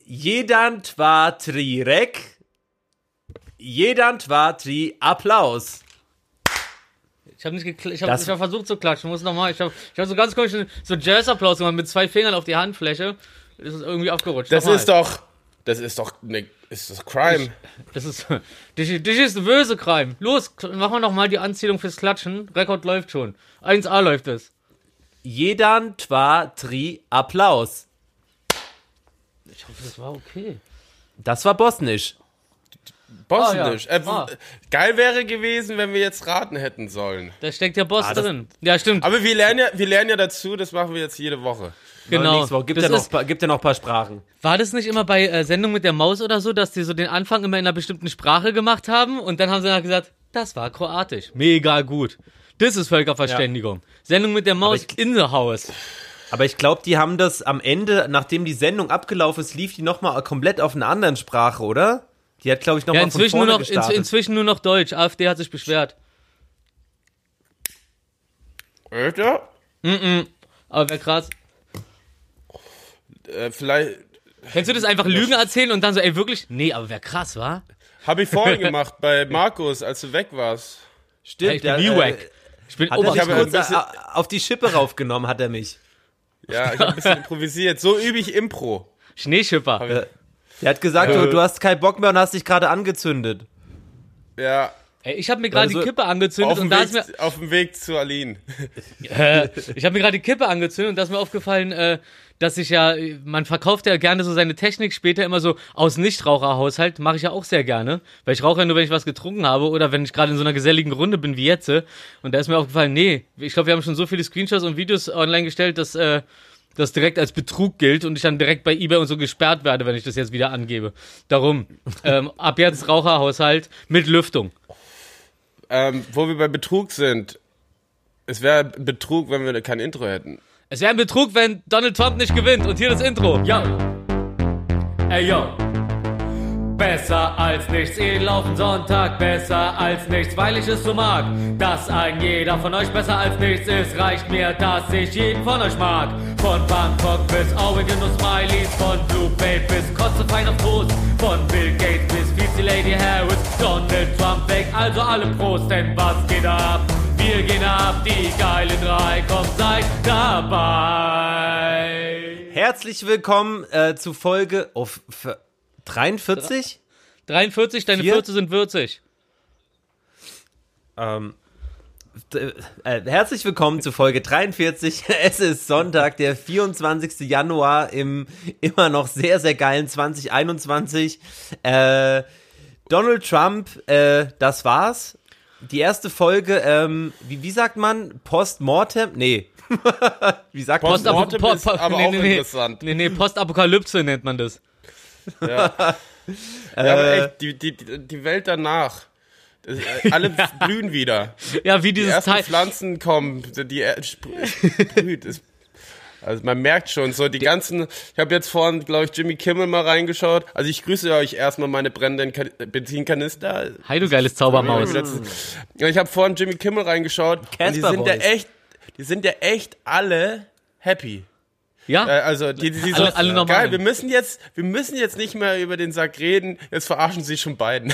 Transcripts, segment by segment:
Jedant war tri Rek, jedant war tri Applaus. Ich habe hab versucht zu klatschen, muss nochmal. Ich hab so ganz komisch so Jazz-Applaus gemacht mit 2 Fingern auf die Handfläche. Das ist irgendwie abgerutscht. Das ist doch Crime. Das ist böse Crime. Los, machen wir nochmal die Anzählung fürs Klatschen. Rekord läuft schon. 1A läuft es. Jedant war tri Applaus. Ich hoffe, das war okay. Das war bosnisch. Bosnisch. Geil wäre gewesen, wenn wir jetzt raten hätten sollen. Da steckt ja Boss drin. Ja, stimmt. Aber wir lernen ja dazu, das machen wir jetzt jede Woche. Genau. Gibt ja noch ein paar Sprachen. War das nicht immer bei Sendung mit der Maus oder so, dass die so den Anfang immer in einer bestimmten Sprache gemacht haben und dann haben sie dann gesagt, das war Kroatisch. Mega gut. Das ist Völkerverständigung. Ja. Sendung mit der Maus in the house. Aber ich glaube, die haben das am Ende, nachdem die Sendung abgelaufen ist, lief die nochmal komplett auf einer anderen Sprache, oder? Die hat, glaube ich, nochmal von vorne gestartet. Inzwischen nur noch Deutsch. AfD hat sich beschwert. Alter? Aber wäre krass. Vielleicht... Kennst du das einfach Lügen erzählen und dann so, ey, wirklich? Nee, aber wäre krass, wa? Habe ich vorhin gemacht bei Markus, als du weg warst. Stimmt, ja, ich bin nie weg. Ich bin kurz auf die Schippe raufgenommen, hat er mich. Ja, ich habe ein bisschen improvisiert. So übe ich Impro. Schneeschipper. Er hat gesagt, du hast keinen Bock mehr und hast dich gerade angezündet. Ja. Ey, ich habe mir gerade die Kippe angezündet und da ist mir... Auf dem Weg zu Aline. Ich habe mir gerade die Kippe angezündet und da ist mir aufgefallen, dass man verkauft ja gerne so seine Technik später immer so aus Nichtraucherhaushalt, mache ich ja auch sehr gerne, weil ich rauche ja nur, wenn ich was getrunken habe oder wenn ich gerade in so einer geselligen Runde bin wie jetzt. Und da ist mir aufgefallen, nee, ich glaube, wir haben schon so viele Screenshots und Videos online gestellt, dass das direkt als Betrug gilt und ich dann direkt bei eBay und so gesperrt werde, wenn ich das jetzt wieder angebe. Darum, ab jetzt Raucherhaushalt mit Lüftung. Wo wir bei Betrug sind, es wäre Betrug, wenn wir kein Intro hätten. Es wäre ein Betrug, wenn Donald Trump nicht gewinnt. Und hier das Intro. Yo. Ey, yo. Besser als nichts, laufen Sonntag, besser als nichts, weil ich es so mag. Dass ein jeder von euch besser als nichts ist, reicht mir, dass ich jeden von euch mag. Von Bangkok bis Oregon und Smileys, von Blue Bait bis Kotze fein auf Toast, von Bill Gates bis Vize Lady Harris, Donald Trump weg, also alle Prost, denn was geht ab? Wir gehen ab, die geile 3, kommt, seid dabei. Herzlich willkommen zu Folge 43? 43, deine 40 sind würzig. Herzlich willkommen zu Folge 43. Es ist Sonntag, der 24. Januar im immer noch sehr, sehr geilen 2021. Donald Trump, das war's. Die erste Folge, wie sagt man? Postmortem? Nee. Wie sagt man? Postmortem ist aber auch interessant. Nee, Postapokalypse nennt man das. Ja, aber echt, die Welt danach. Alle blühen wieder. Ja, wie dieses die ersten Teil. Pflanzen kommen, die sprüht. Also man merkt schon, so die ganzen, ich habe jetzt vorhin, glaube ich, Jimmy Kimmel mal reingeschaut. Also ich grüße euch erstmal meine brennenden Benzinkanister. Hi, du geiles Zaubermaus. Ich habe vorhin Jimmy Kimmel reingeschaut und die sind ja echt alle happy. Ja, also die so, alle normal. Geil, wir müssen jetzt nicht mehr über den Sack reden, jetzt verarschen sie schon beiden.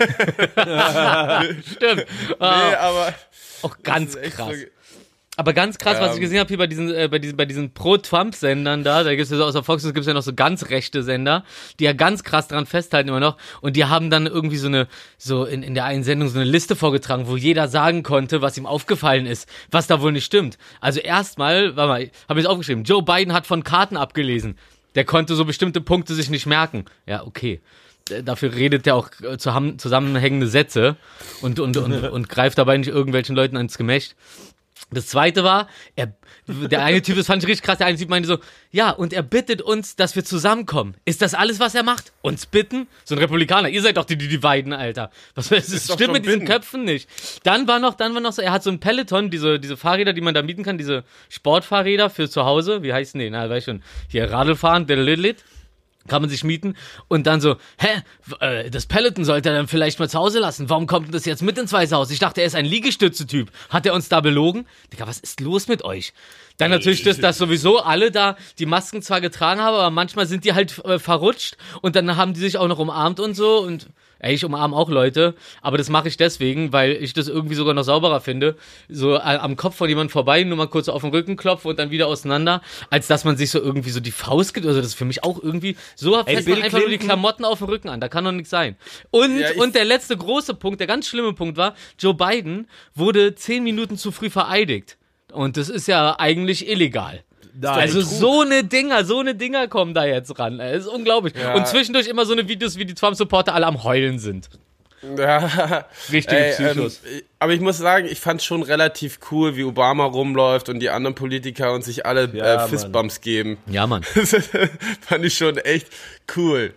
Stimmt. Nee, aber auch ganz krass. Aber ganz krass, was ich gesehen habe hier bei diesen Pro-Trump-Sendern da gibt es ja so außer Fox, gibt es ja noch so ganz rechte Sender, die ja ganz krass dran festhalten immer noch und die haben dann irgendwie so in der einen Sendung so eine Liste vorgetragen, wo jeder sagen konnte, was ihm aufgefallen ist, was da wohl nicht stimmt. Also erstmal, habe ich es aufgeschrieben, Joe Biden hat von Karten abgelesen. Der konnte so bestimmte Punkte sich nicht merken. Ja, okay. Dafür redet er auch zusammenhängende Sätze und greift dabei nicht irgendwelchen Leuten ans Gemächt. Das zweite war, der eine Typ, das fand ich richtig krass, der eine Typ meinte so, ja, und er bittet uns, dass wir zusammenkommen. Ist das alles, was er macht? Uns bitten? So ein Republikaner, ihr seid doch die Dividen, Alter. Das stimmt mit diesen Köpfen nicht. Dann war noch so, er hat so ein Peloton, diese Fahrräder, die man da mieten kann, diese Sportfahrräder für zu Hause, wie heißen die? Na, weiß ich schon, hier Radlfahren, kann man sich mieten und dann so, das Peloton sollte er dann vielleicht mal zu Hause lassen. Warum kommt denn das jetzt mit ins Weiße Haus? Ich dachte, er ist ein Liegestütze-Typ. Hat er uns da belogen? Digga, was ist los mit euch? Dann natürlich, dass sowieso alle da die Masken zwar getragen haben, aber manchmal sind die halt verrutscht und dann haben die sich auch noch umarmt und so und ich umarme auch Leute, aber das mache ich deswegen, weil ich das irgendwie sogar noch sauberer finde, so am Kopf von jemandem vorbei, nur mal kurz auf den Rücken klopfen und dann wieder auseinander, als dass man sich so irgendwie so die Faust gibt, also das ist für mich auch irgendwie, so fässt man einfach nur die Klamotten auf den Rücken an, da kann doch nichts sein. Und der letzte große Punkt, der ganz schlimme Punkt war, Joe Biden wurde 10 Minuten zu früh vereidigt. Und das ist ja eigentlich illegal. Also so eine Dinger kommen da jetzt ran. Das ist unglaublich. Ja. Und zwischendurch immer so eine Videos, wie die Trump-Supporter alle am Heulen sind. Ja. Richtige Psychos. Aber ich muss sagen, ich fand's schon relativ cool, wie Obama rumläuft und die anderen Politiker und sich alle Fistbumps geben. Ja, Mann. Fand ich schon echt cool.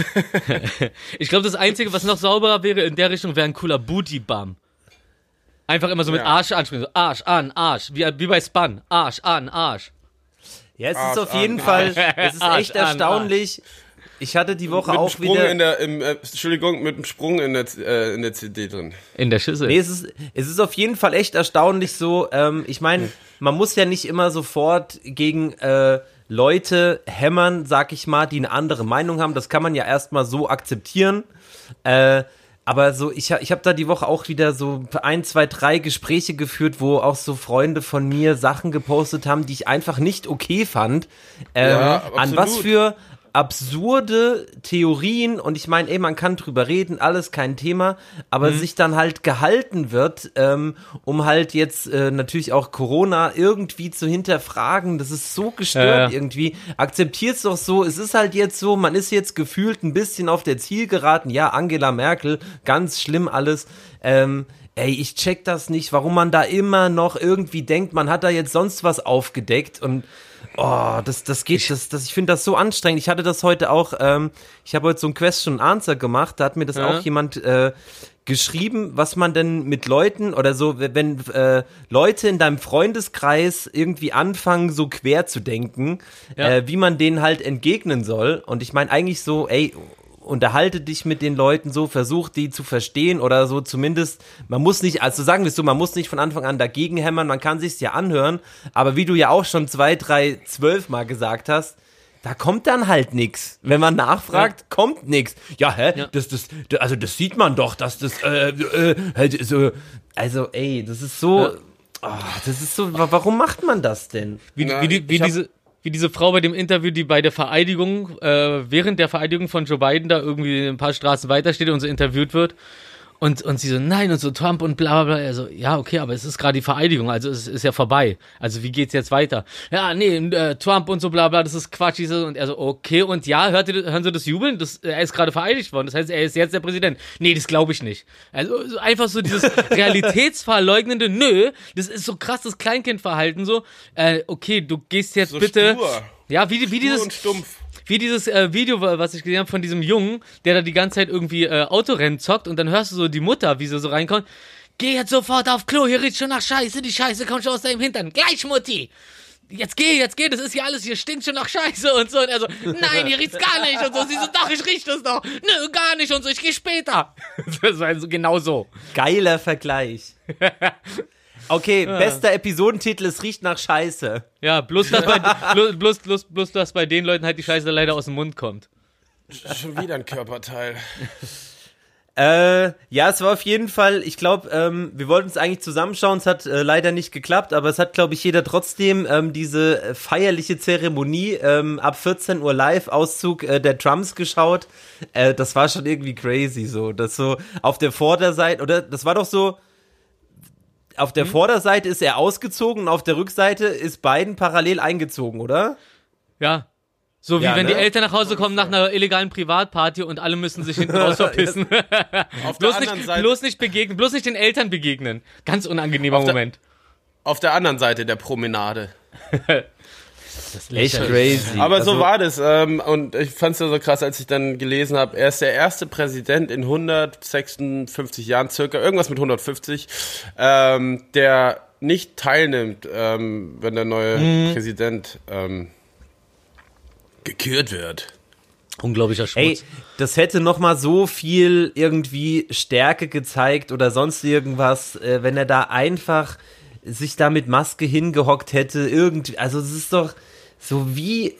Ich glaube, das Einzige, was noch sauberer wäre in der Richtung, wäre ein cooler Booty-Bum. Einfach immer so mit Arsch ansprechen, so Arsch an, Arsch, wie bei Spun, Arsch an, Arsch. Ja, es ist auf jeden Fall, es ist echt erstaunlich. Ich hatte die Woche auch wieder... mit einem Sprung in der CD drin. In der Schüssel. Nee, es ist auf jeden Fall echt erstaunlich so, ich meine, man muss ja nicht immer sofort gegen Leute hämmern, sag ich mal, die eine andere Meinung haben. Das kann man ja erstmal so akzeptieren. Aber so, ich hab da die Woche auch wieder so 1, 2, 3 Gespräche geführt, wo auch so Freunde von mir Sachen gepostet haben, die ich einfach nicht okay fand. An was für absurde Theorien, und ich meine, man kann drüber reden, alles kein Thema, aber sich dann halt gehalten wird, um halt jetzt natürlich auch Corona irgendwie zu hinterfragen. Das ist so gestört irgendwie. Akzeptiert's doch so, es ist halt jetzt so, man ist jetzt gefühlt ein bisschen auf der Zielgeraden. Ja, Angela Merkel, ganz schlimm alles. Ich check das nicht, warum man da immer noch irgendwie denkt, man hat da jetzt sonst was aufgedeckt und ich finde das so anstrengend. Ich hatte das heute auch, ich habe heute so ein Question and Answer gemacht, da hat mir das auch jemand geschrieben, was man denn mit Leuten oder so, wenn Leute in deinem Freundeskreis irgendwie anfangen, so quer zu denken, wie man denen halt entgegnen soll. Und ich meine eigentlich so, unterhalte dich mit den Leuten so, versuch die zu verstehen oder so zumindest, man muss nicht, also sagen wir es so, man muss nicht von Anfang an dagegen hämmern, man kann sich's ja anhören, aber wie du ja auch schon 2, 3, 12 Mal gesagt hast, da kommt dann halt nix. Wenn man nachfragt, kommt nix. Ja, das sieht man doch, dass das, so, also, das ist so, warum macht man das denn? Wie diese Frau bei dem Interview, die bei der Vereidigung, während der Vereidigung von Joe Biden da irgendwie ein paar Straßen weiter steht und so interviewt wird. Und sie so, nein, und so Trump und bla bla bla. Also, ja, okay, aber es ist gerade die Vereidigung, also es ist ja vorbei. Also wie geht's jetzt weiter? Ja, nee, Trump und so bla bla, das ist Quatsch. Und er so, okay, und ja, hören Sie das Jubeln? Er ist gerade vereidigt worden, das heißt, er ist jetzt der Präsident. Nee, das glaube ich nicht. Also einfach so dieses realitätsverleugnende, nö, das ist so krasses Kleinkindverhalten, so, okay, du gehst jetzt so bitte... Stur. Ja, wie dieses... und stumpf. Wie dieses Video, was ich gesehen habe von diesem Jungen, der da die ganze Zeit irgendwie Autorennen zockt und dann hörst du so die Mutter, wie sie so reinkommt. Geh jetzt sofort auf Klo, hier riecht schon nach Scheiße, die Scheiße kommt schon aus deinem Hintern. Gleich, Mutti! Jetzt geh, das ist hier alles, hier stinkt schon nach Scheiße und so. Und er so, nein, hier riecht's gar nicht und so. Sie so, doch, ich riech das doch. Nö, gar nicht und so, ich geh später. Das war also genau so. Geiler Vergleich. Okay, bester Episodentitel, es riecht nach Scheiße. Ja, bloß dass bei den Leuten halt die Scheiße leider aus dem Mund kommt. Schon wieder ein Körperteil. Ja, es war auf jeden Fall, ich glaube, wir wollten es eigentlich zusammenschauen, es hat leider nicht geklappt, aber es hat, glaube ich, jeder trotzdem diese feierliche Zeremonie ab 14 Uhr Live-Auszug der Trumps geschaut. Das war schon irgendwie crazy, so, das so auf der Vorderseite, oder das war doch so, auf der Vorderseite ist er ausgezogen und auf der Rückseite ist Biden parallel eingezogen, oder? Ja. So wie wenn die Eltern nach Hause kommen nach einer illegalen Privatparty und alle müssen sich hinten raus verpissen. bloß nicht begegnen, bloß nicht den Eltern begegnen. Ganz unangenehmer Moment. Auf der anderen Seite der Promenade. Das ist echt crazy. Aber so war das. Und ich fand es ja so krass, als ich dann gelesen habe, er ist der erste Präsident in 156 Jahren, circa, irgendwas mit 150, der nicht teilnimmt, wenn der neue Präsident gekürt wird. Unglaublicher Schmutz. Das hätte nochmal so viel irgendwie Stärke gezeigt oder sonst irgendwas, wenn er da einfach sich da mit Maske hingehockt hätte, irgendwie, also es ist doch so wie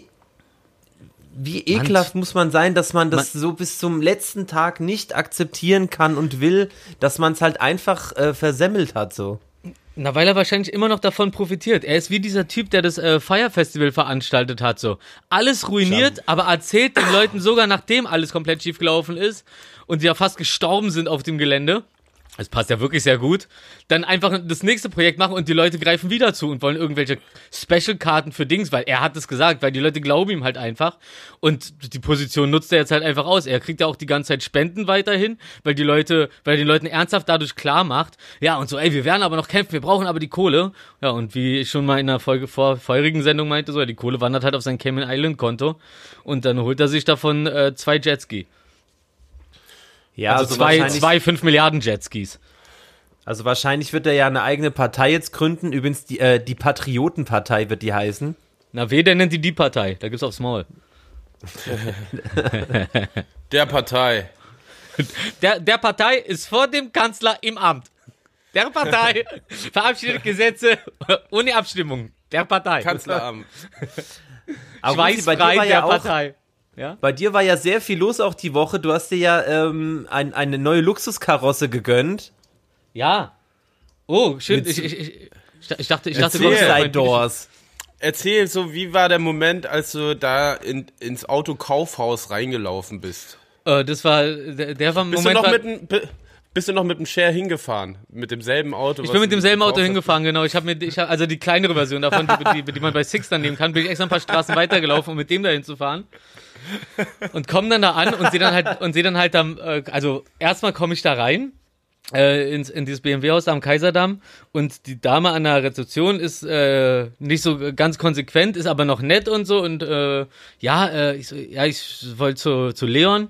ekelhaft muss man sein, dass man das so bis zum letzten Tag nicht akzeptieren kann und will, dass man es halt einfach versemmelt hat, so. Na, weil er wahrscheinlich immer noch davon profitiert. Er ist wie dieser Typ, der das Fire Festival veranstaltet hat, so. Alles ruiniert, aber erzählt den Leuten sogar, nachdem alles komplett schief gelaufen ist und sie ja fast gestorben sind auf dem Gelände. Das passt ja wirklich sehr gut. Dann einfach das nächste Projekt machen und die Leute greifen wieder zu und wollen irgendwelche Special-Karten für Dings, weil er hat es gesagt, weil die Leute glauben ihm halt einfach. Und die Position nutzt er jetzt halt einfach aus. Er kriegt ja auch die ganze Zeit Spenden weiterhin, weil er den Leuten ernsthaft dadurch klar macht, ja, und so, ey, wir werden aber noch kämpfen, wir brauchen aber die Kohle. Ja, und wie ich schon mal in einer vorherigen Sendung meinte, so, die Kohle wandert halt auf sein Cayman Island Konto und dann holt er sich davon 2 Jetski. Ja, also zwei 5 Milliarden Jetskis. Also wahrscheinlich wird er ja eine eigene Partei jetzt gründen. Übrigens, die Patriotenpartei wird die heißen. Na, wer nennt die Partei? Da gibt's aufs Maul. Der Partei. Der Partei ist vor dem Kanzler im Amt. Der Partei verabschiedet Gesetze ohne Abstimmung. Der Partei. Kanzleramt. Schweißfrei der Partei. Ja? Bei dir war ja sehr viel los auch die Woche. Du hast dir ja eine neue Luxuskarosse gegönnt. Ja. Oh, schön. Ich dachte, Side Doors. Erzähl so, wie war der Moment, als du da ins Autokaufhaus reingelaufen bist? Das war, der war Moment. Bist du noch mit dem Share hingefahren? Mit demselben Auto? Ich bin mit demselben Auto hingefahren, genau. Ich habe also die kleinere Version davon, die man bei Six dann nehmen kann, bin ich extra ein paar Straßen weitergelaufen, um mit dem dahin zu fahren. Und komme dann da an und sehe dann halt also erstmal komme ich da rein in dieses BMW-Haus da am Kaiserdamm und die Dame an der Rezeption ist nicht so ganz konsequent, ist aber noch nett und so und ich wollte zu Leon.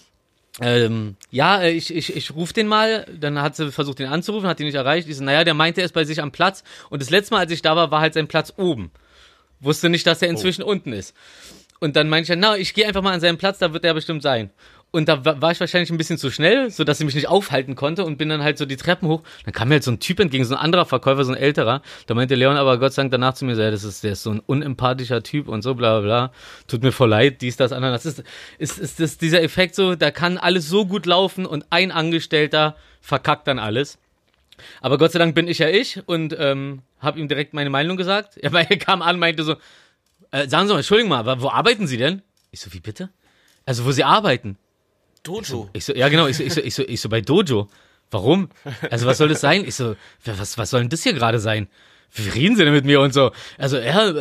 Ich rufe den mal, dann hat sie versucht, den anzurufen, hat ihn nicht erreicht. Ich so, der meinte, er ist bei sich am Platz und das letzte Mal, als ich da war halt sein Platz oben. Wusste nicht, dass er inzwischen unten ist. Und dann meinte ich, ich gehe einfach mal an seinen Platz, da wird er bestimmt sein. Und da war ich wahrscheinlich ein bisschen zu schnell, sodass ich mich nicht aufhalten konnte und bin dann halt so die Treppen hoch. Dann kam mir halt so ein Typ entgegen, so ein anderer Verkäufer, so ein älterer. Da meinte Leon aber Gott sei Dank danach zu mir, der ist so ein unempathischer Typ und so, bla bla bla. Tut mir voll leid, dies, das, andere. Das ist dieser Effekt so, da kann alles so gut laufen und ein Angestellter verkackt dann alles. Aber Gott sei Dank bin ich ja ich und habe ihm direkt meine Meinung gesagt. Er kam an, meinte so, sagen Sie mal, Entschuldigung mal, aber wo arbeiten Sie denn? Ich so, wie bitte? Also, wo Sie arbeiten? Dojo. Ich so, ja genau, ich so bei Dojo. Warum? Also, was soll das sein? Ich so, was soll denn das hier gerade sein? Wie reden Sie denn mit mir und so? Also,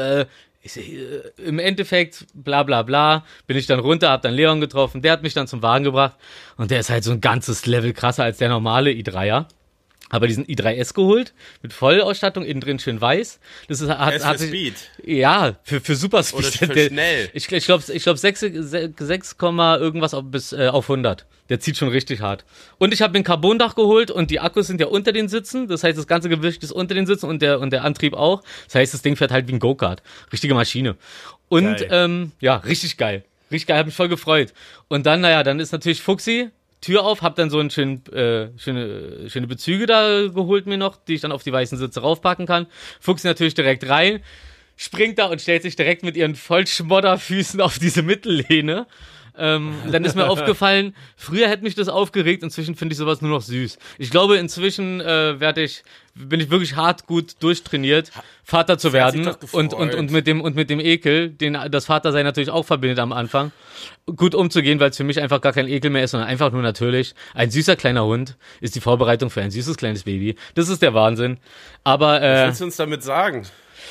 im Endeffekt, bla bla bla, bin ich dann runter, hab dann Leon getroffen, der hat mich dann zum Wagen gebracht und der ist halt so ein ganzes Level krasser als der normale i3er. Habe diesen i3S geholt, mit Vollausstattung, innen drin schön weiß. Das ist, hat sich, Speed. Ja, für Super Speed. Oder für schnell. Ich glaube 6, irgendwas auf 100. Der zieht schon richtig hart. Und ich habe mir ein Carbondach geholt und die Akkus sind ja unter den Sitzen. Das heißt, das ganze Gewicht ist unter den Sitzen und der Antrieb auch. Das heißt, das Ding fährt halt wie ein Go-Kart. Richtige Maschine. Und richtig geil. Richtig geil, hab mich voll gefreut. Und dann, dann ist natürlich Fuchsi. Tür auf, hab dann so einen schöne Bezüge da geholt mir noch, die ich dann auf die weißen Sitze raufpacken kann. Fuchs natürlich direkt rein, springt da und stellt sich direkt mit ihren Vollschmodderfüßen auf diese Mittellehne. Dann ist mir aufgefallen, früher hätte mich das aufgeregt, inzwischen finde ich sowas nur noch süß. Ich glaube, inzwischen bin ich wirklich hart gut durchtrainiert, Vater zu werden und mit dem Ekel, den das Vatersein natürlich auch verbindet am Anfang, gut umzugehen, weil es für mich einfach gar kein Ekel mehr ist, sondern einfach nur natürlich. Ein süßer kleiner Hund ist die Vorbereitung für ein süßes kleines Baby. Das ist der Wahnsinn. Aber was willst du uns damit sagen?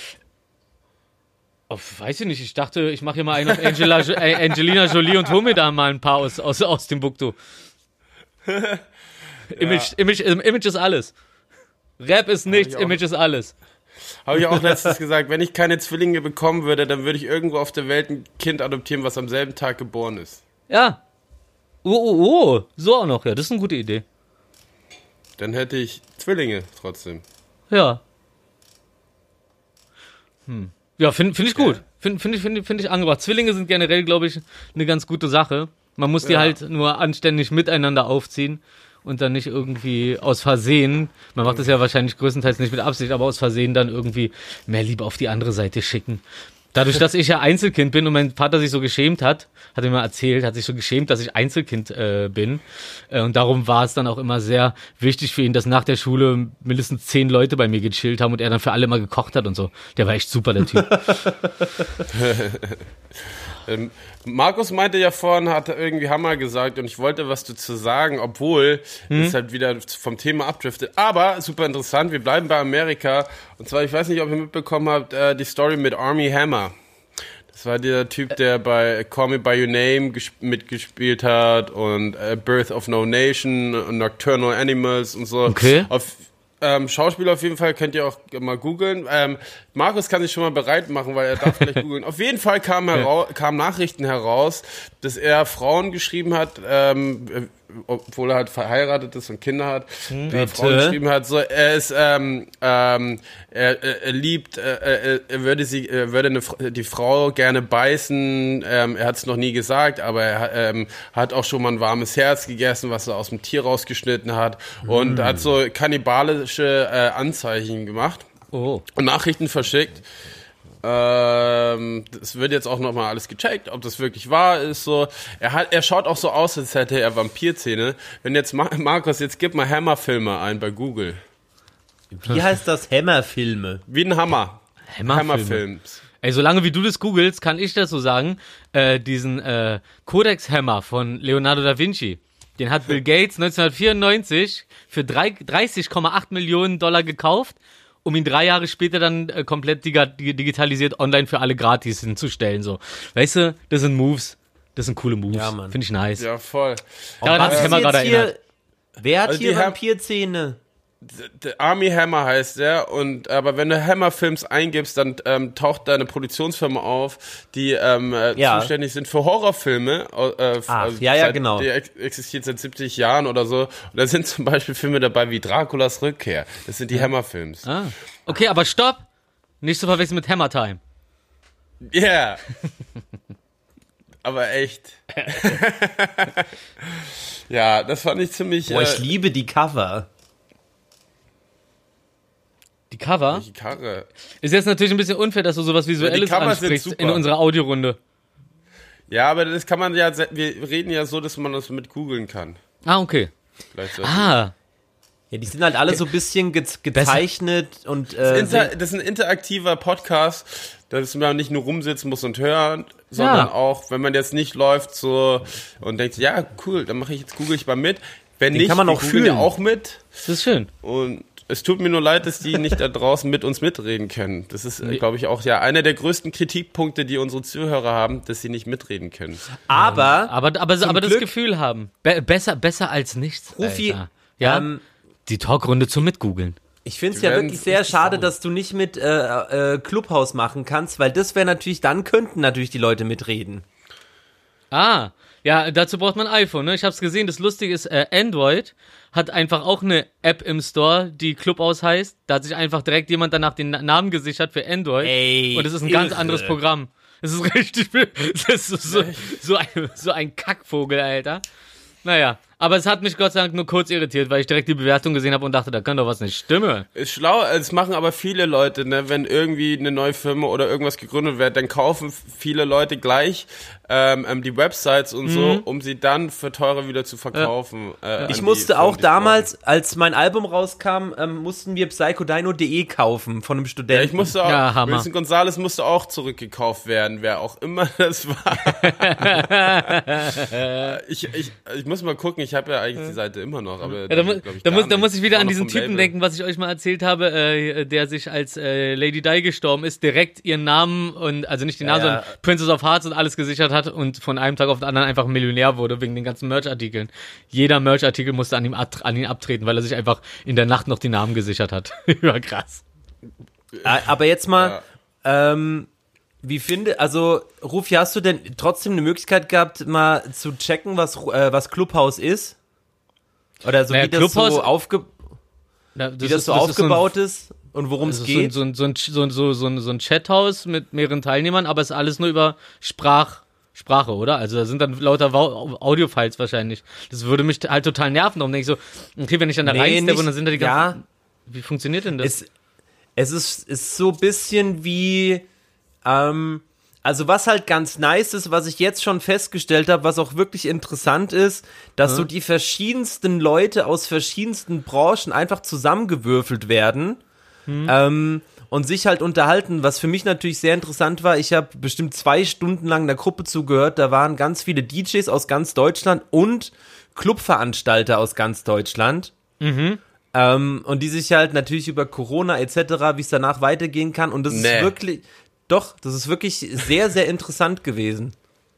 Weiß ich nicht, ich dachte, ich mache hier mal einen auf Angelina Jolie und hol mir da mal ein paar aus Timbuktu. Image ist alles. Rap ist nichts, Image ist alles. Habe ich auch letztens gesagt, wenn ich keine Zwillinge bekommen würde, dann würde ich irgendwo auf der Welt ein Kind adoptieren, was am selben Tag geboren ist. Ja. So auch noch, ja, das ist eine gute Idee. Dann hätte ich Zwillinge trotzdem. Ja. Ja, finde ich gut. Finde ich angebracht. Zwillinge sind generell, glaube ich, eine ganz gute Sache. Man muss die halt nur anständig miteinander aufziehen und dann nicht irgendwie aus Versehen, man macht das ja wahrscheinlich größtenteils nicht mit Absicht, aber aus Versehen dann irgendwie mehr Liebe auf die andere Seite schicken. Dadurch, dass ich ja Einzelkind bin und mein Vater sich so geschämt hat er mir erzählt, hat sich so geschämt, dass ich Einzelkind bin. Und darum war es dann auch immer sehr wichtig für ihn, dass nach der Schule mindestens 10 Leute bei mir gechillt haben und er dann für alle immer gekocht hat und so. Der war echt super, der Typ. Markus meinte ja vorhin, hat irgendwie Hammer gesagt und ich wollte was dazu sagen, obwohl es halt wieder vom Thema abdriftet. Aber super interessant, wir bleiben bei Amerika. Und zwar, ich weiß nicht, ob ihr mitbekommen habt, die Story mit Armie Hammer. Das war der Typ, der bei Call Me By Your Name mitgespielt hat und Birth of No Nation und Nocturnal Animals und so. Okay. Schauspieler auf jeden Fall, könnt ihr auch mal googeln. Markus kann sich schon mal bereit machen, weil er darf gleich googeln. Auf jeden Fall kamen Nachrichten heraus, dass er Frauen geschrieben hat, obwohl er halt verheiratet ist und Kinder hat, Frauen geschrieben hat, so, er ist, er liebt, er würde die Frau gerne beißen, er hat es noch nie gesagt, aber er hat auch schon mal ein warmes Herz gegessen, was er aus dem Tier rausgeschnitten hat und hat so kannibalische Anzeichen gemacht. Oh. Und Nachrichten verschickt. Es wird jetzt auch nochmal alles gecheckt, ob das wirklich wahr ist. So, er schaut auch so aus, als hätte er Vampirzähne. Wenn jetzt Markus, jetzt gib mal Hammerfilme ein bei Google. Wie heißt das? Hammerfilme? Wie ein Hammer. Hammerfilms. Ey, solange wie du das googelst, kann ich das so sagen. Diesen Codex Hammer von Leonardo da Vinci, den hat Bill Gates 1994 für 30,8 Millionen $, gekauft, um ihn 3 Jahre später dann komplett digitalisiert online für alle gratis hinzustellen. So. Weißt du, das sind Moves. Das sind coole Moves. Ja, Mann. Finde ich nice. Ja, voll. Daran hat sich Hammer gerade erinnert. Wer hat hier Vampirzähne? Armie Hammer heißt der, aber wenn du Hammer-Films eingibst, dann taucht da eine Produktionsfirma auf, die zuständig sind für Horrorfilme. Genau. Die existiert seit 70 Jahren oder so. Und da sind zum Beispiel Filme dabei wie Draculas Rückkehr. Das sind die Hammer-Films. Ah. Okay, aber stopp! Nicht zu verwechseln mit Hammer Time. Ja. Yeah. Aber echt. Ja, das fand ich ziemlich... Boah, ich liebe die Cover. Die Cover? Welche Karre? Ist jetzt natürlich ein bisschen unfair, dass du sowas Visuelles ansprichst in unserer Audiorunde. Ja, aber das kann man ja, wir reden ja so, dass man das mit googeln kann. Ah, okay. Ja, die sind halt alle so ein bisschen gezeichnet und das ist ein interaktiver Podcast, dass man nicht nur rumsitzen muss und hören, sondern auch, wenn man jetzt nicht läuft so und denkt, ja, cool, dann google ich mal mit. Wenn Den nicht, kann man auch fühlen. Ja auch mit. Das ist schön. Und es tut mir nur leid, dass die nicht da draußen mit uns mitreden können. Das ist, glaube ich, auch einer der größten Kritikpunkte, die unsere Zuhörer haben, dass sie nicht mitreden können. Aber das Gefühl haben. Besser als nichts. Rufi, ja, die Talkrunde zum Mitgoogeln. Ich finde es ja wirklich sehr schade, dass du nicht mit Clubhouse machen kannst, weil das wäre natürlich, dann könnten natürlich die Leute mitreden. Ja, dazu braucht man ein iPhone, ne? Ich hab's gesehen, das Lustige ist, Android hat einfach auch eine App im Store, die Clubhouse heißt. Da hat sich einfach direkt jemand danach den Namen gesichert für Android. Ey, und es ist ein ganz anderes Programm. Es ist richtig, das ist so ein Kackvogel, Alter. Naja, aber es hat mich Gott sei Dank nur kurz irritiert, weil ich direkt die Bewertung gesehen habe und dachte, da kann doch was nicht stimmen. Ist schlau, das machen aber viele Leute, ne? Wenn irgendwie eine neue Firma oder irgendwas gegründet wird, dann kaufen viele Leute gleich die Websites und so, um sie dann für teurer wieder zu verkaufen. Ich musste auch damals, als mein Album rauskam, mussten wir psychodino.de kaufen von einem Studenten. Ja, ich musste auch, Wilson Gonzalez musste auch zurückgekauft werden, wer auch immer das war. Ich muss mal gucken, ich habe ja eigentlich die Seite immer noch, aber da muss ich wieder an diesen Typen denken, was ich euch mal erzählt habe, der sich als Lady Di gestorben ist, direkt ihren Namen und, also nicht den Namen, sondern Princess of Hearts und alles gesichert hat und von einem Tag auf den anderen einfach Millionär wurde wegen den ganzen Merch-Artikeln. Jeder Merch-Artikel musste an ihn abtreten, weil er sich einfach in der Nacht noch die Namen gesichert hat. Ja, krass. Aber jetzt mal, also Rufi, hast du denn trotzdem eine Möglichkeit gehabt, mal zu checken, was Clubhouse ist? Oder so, wie das so aufgebaut ist und worum es geht? So ein Chathaus mit mehreren Teilnehmern, aber es ist alles nur über Sprache, oder? Also da sind dann lauter Audio-Files wahrscheinlich. Das würde mich halt total nerven. Darum denke ich so, okay, wenn ich dann da reinsteppe und dann sind da die ganzen... Ja, wie funktioniert denn das? Es ist so ein bisschen wie... Also was halt ganz nice ist, was ich jetzt schon festgestellt habe, was auch wirklich interessant ist, dass so die verschiedensten Leute aus verschiedensten Branchen einfach zusammengewürfelt werden und sich halt unterhalten, was für mich natürlich sehr interessant war. Ich habe bestimmt 2 Stunden lang einer Gruppe zugehört, da waren ganz viele DJs aus ganz Deutschland und Clubveranstalter aus ganz Deutschland. Und die sich halt natürlich über Corona etc., wie es danach weitergehen kann und das ist wirklich... Doch, das ist wirklich sehr, sehr interessant gewesen.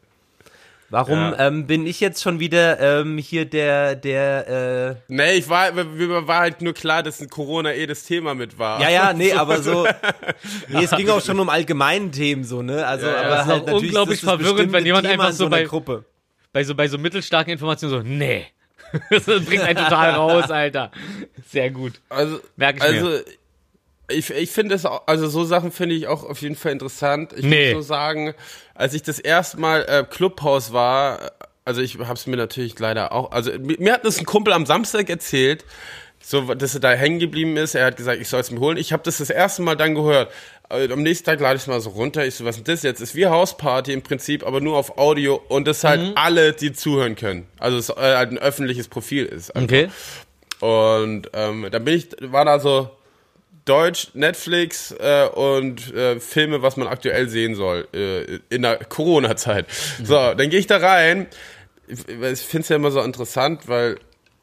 Warum bin ich jetzt schon wieder hier der Nee, mir war halt nur klar, dass Corona das Thema mit war. Nee, aber so... Nee, es ging auch schon um allgemeinen Themen so, ne? Also, aber das ist halt auch unglaublich verwirrend, wenn jemand Thema einfach so bei so mittelstarken Informationen so, nee. Das bringt einen total raus, Alter. Sehr gut. Merke ich mir. Ich finde es auch, also so Sachen finde ich auch auf jeden Fall interessant. Ich muss so sagen, als ich das erste Mal Clubhouse war, also ich habe es mir natürlich leider auch, also mir hat das ein Kumpel am Samstag erzählt, so, dass er da hängen geblieben ist. Er hat gesagt, ich soll es mir holen. Ich habe das erste Mal dann gehört. Am nächsten Tag lade ich es mal so runter. Ich so, was ist das jetzt? Ist wie Hausparty im Prinzip, aber nur auf Audio und das halt alle, die zuhören können. Also es halt ein öffentliches Profil ist. Einfach. Okay. Und dann war da so Deutsch, Netflix und Filme, was man aktuell sehen soll in der Corona-Zeit. So, dann gehe ich da rein. Ich finde es ja immer so interessant, weil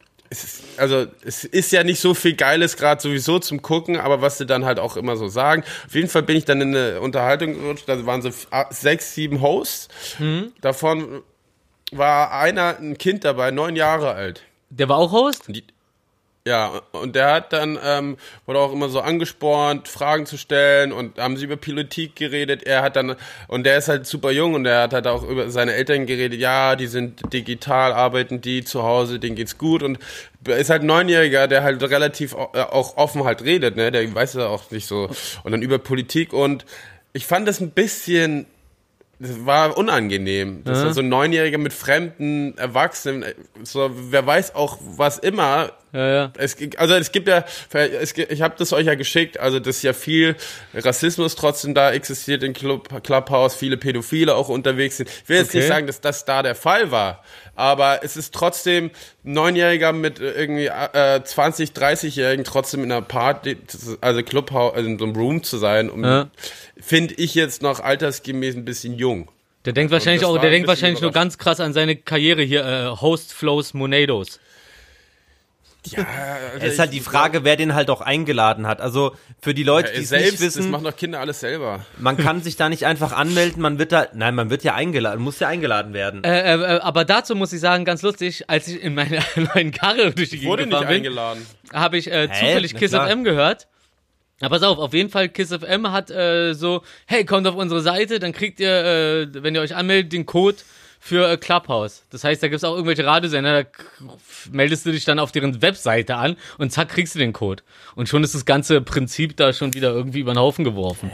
es ist ja nicht so viel Geiles gerade sowieso zum Gucken, aber was sie dann halt auch immer so sagen. Auf jeden Fall bin ich dann in eine Unterhaltung gerutscht, da waren so 6, 7 Hosts. Davon war ein Kind dabei, 9 Jahre alt. Der war auch Host? Ja, und der hat dann, wurde auch immer so angespornt, Fragen zu stellen und haben sie über Politik geredet. Und der ist halt super jung und der hat halt auch über seine Eltern geredet. Ja, die sind digital, arbeiten die zu Hause, denen geht's gut und ist halt ein 9-Jähriger, der halt relativ auch offen halt redet, ne, der weiß ja auch nicht so. Und dann über Politik und ich fand das ein bisschen... Das war unangenehm. Das war so ein 9-Jähriger mit fremden Erwachsenen. So, wer weiß auch was immer. Ja. Es gibt ja, ich habe das euch ja geschickt, also dass ja viel Rassismus trotzdem da existiert in Clubhouse, viele Pädophile auch unterwegs sind. Ich will jetzt nicht sagen, dass das da der Fall war, aber es ist trotzdem ein 9-Jähriger mit irgendwie 20, 30-Jährigen trotzdem in einer Party, also Clubhouse, also in so einem Room zu sein, finde ich jetzt noch altersgemäß ein bisschen jung. Der denkt wahrscheinlich nur ganz krass an seine Karriere hier, Host Flows Monados. Ja, es ist halt die Frage, wer den halt auch eingeladen hat. Also für die Leute, die es nicht wissen, das machen doch Kinder alles selber. Man kann sich da nicht einfach anmelden, man wird ja eingeladen, muss ja eingeladen werden. Aber dazu muss ich sagen, ganz lustig, als ich in meiner neuen Karre durch die Gegend gefahren bin, eingeladen. habe ich zufällig Kiss FM gehört. Aber pass auf, auf jeden Fall, Kiss FM hat so, hey, kommt auf unsere Seite, dann kriegt ihr, wenn ihr euch anmeldet, den Code für Clubhouse. Das heißt, da gibt's auch irgendwelche Radiosender, da meldest du dich dann auf deren Webseite an und zack, kriegst du den Code. Und schon ist das ganze Prinzip da schon wieder irgendwie über den Haufen geworfen.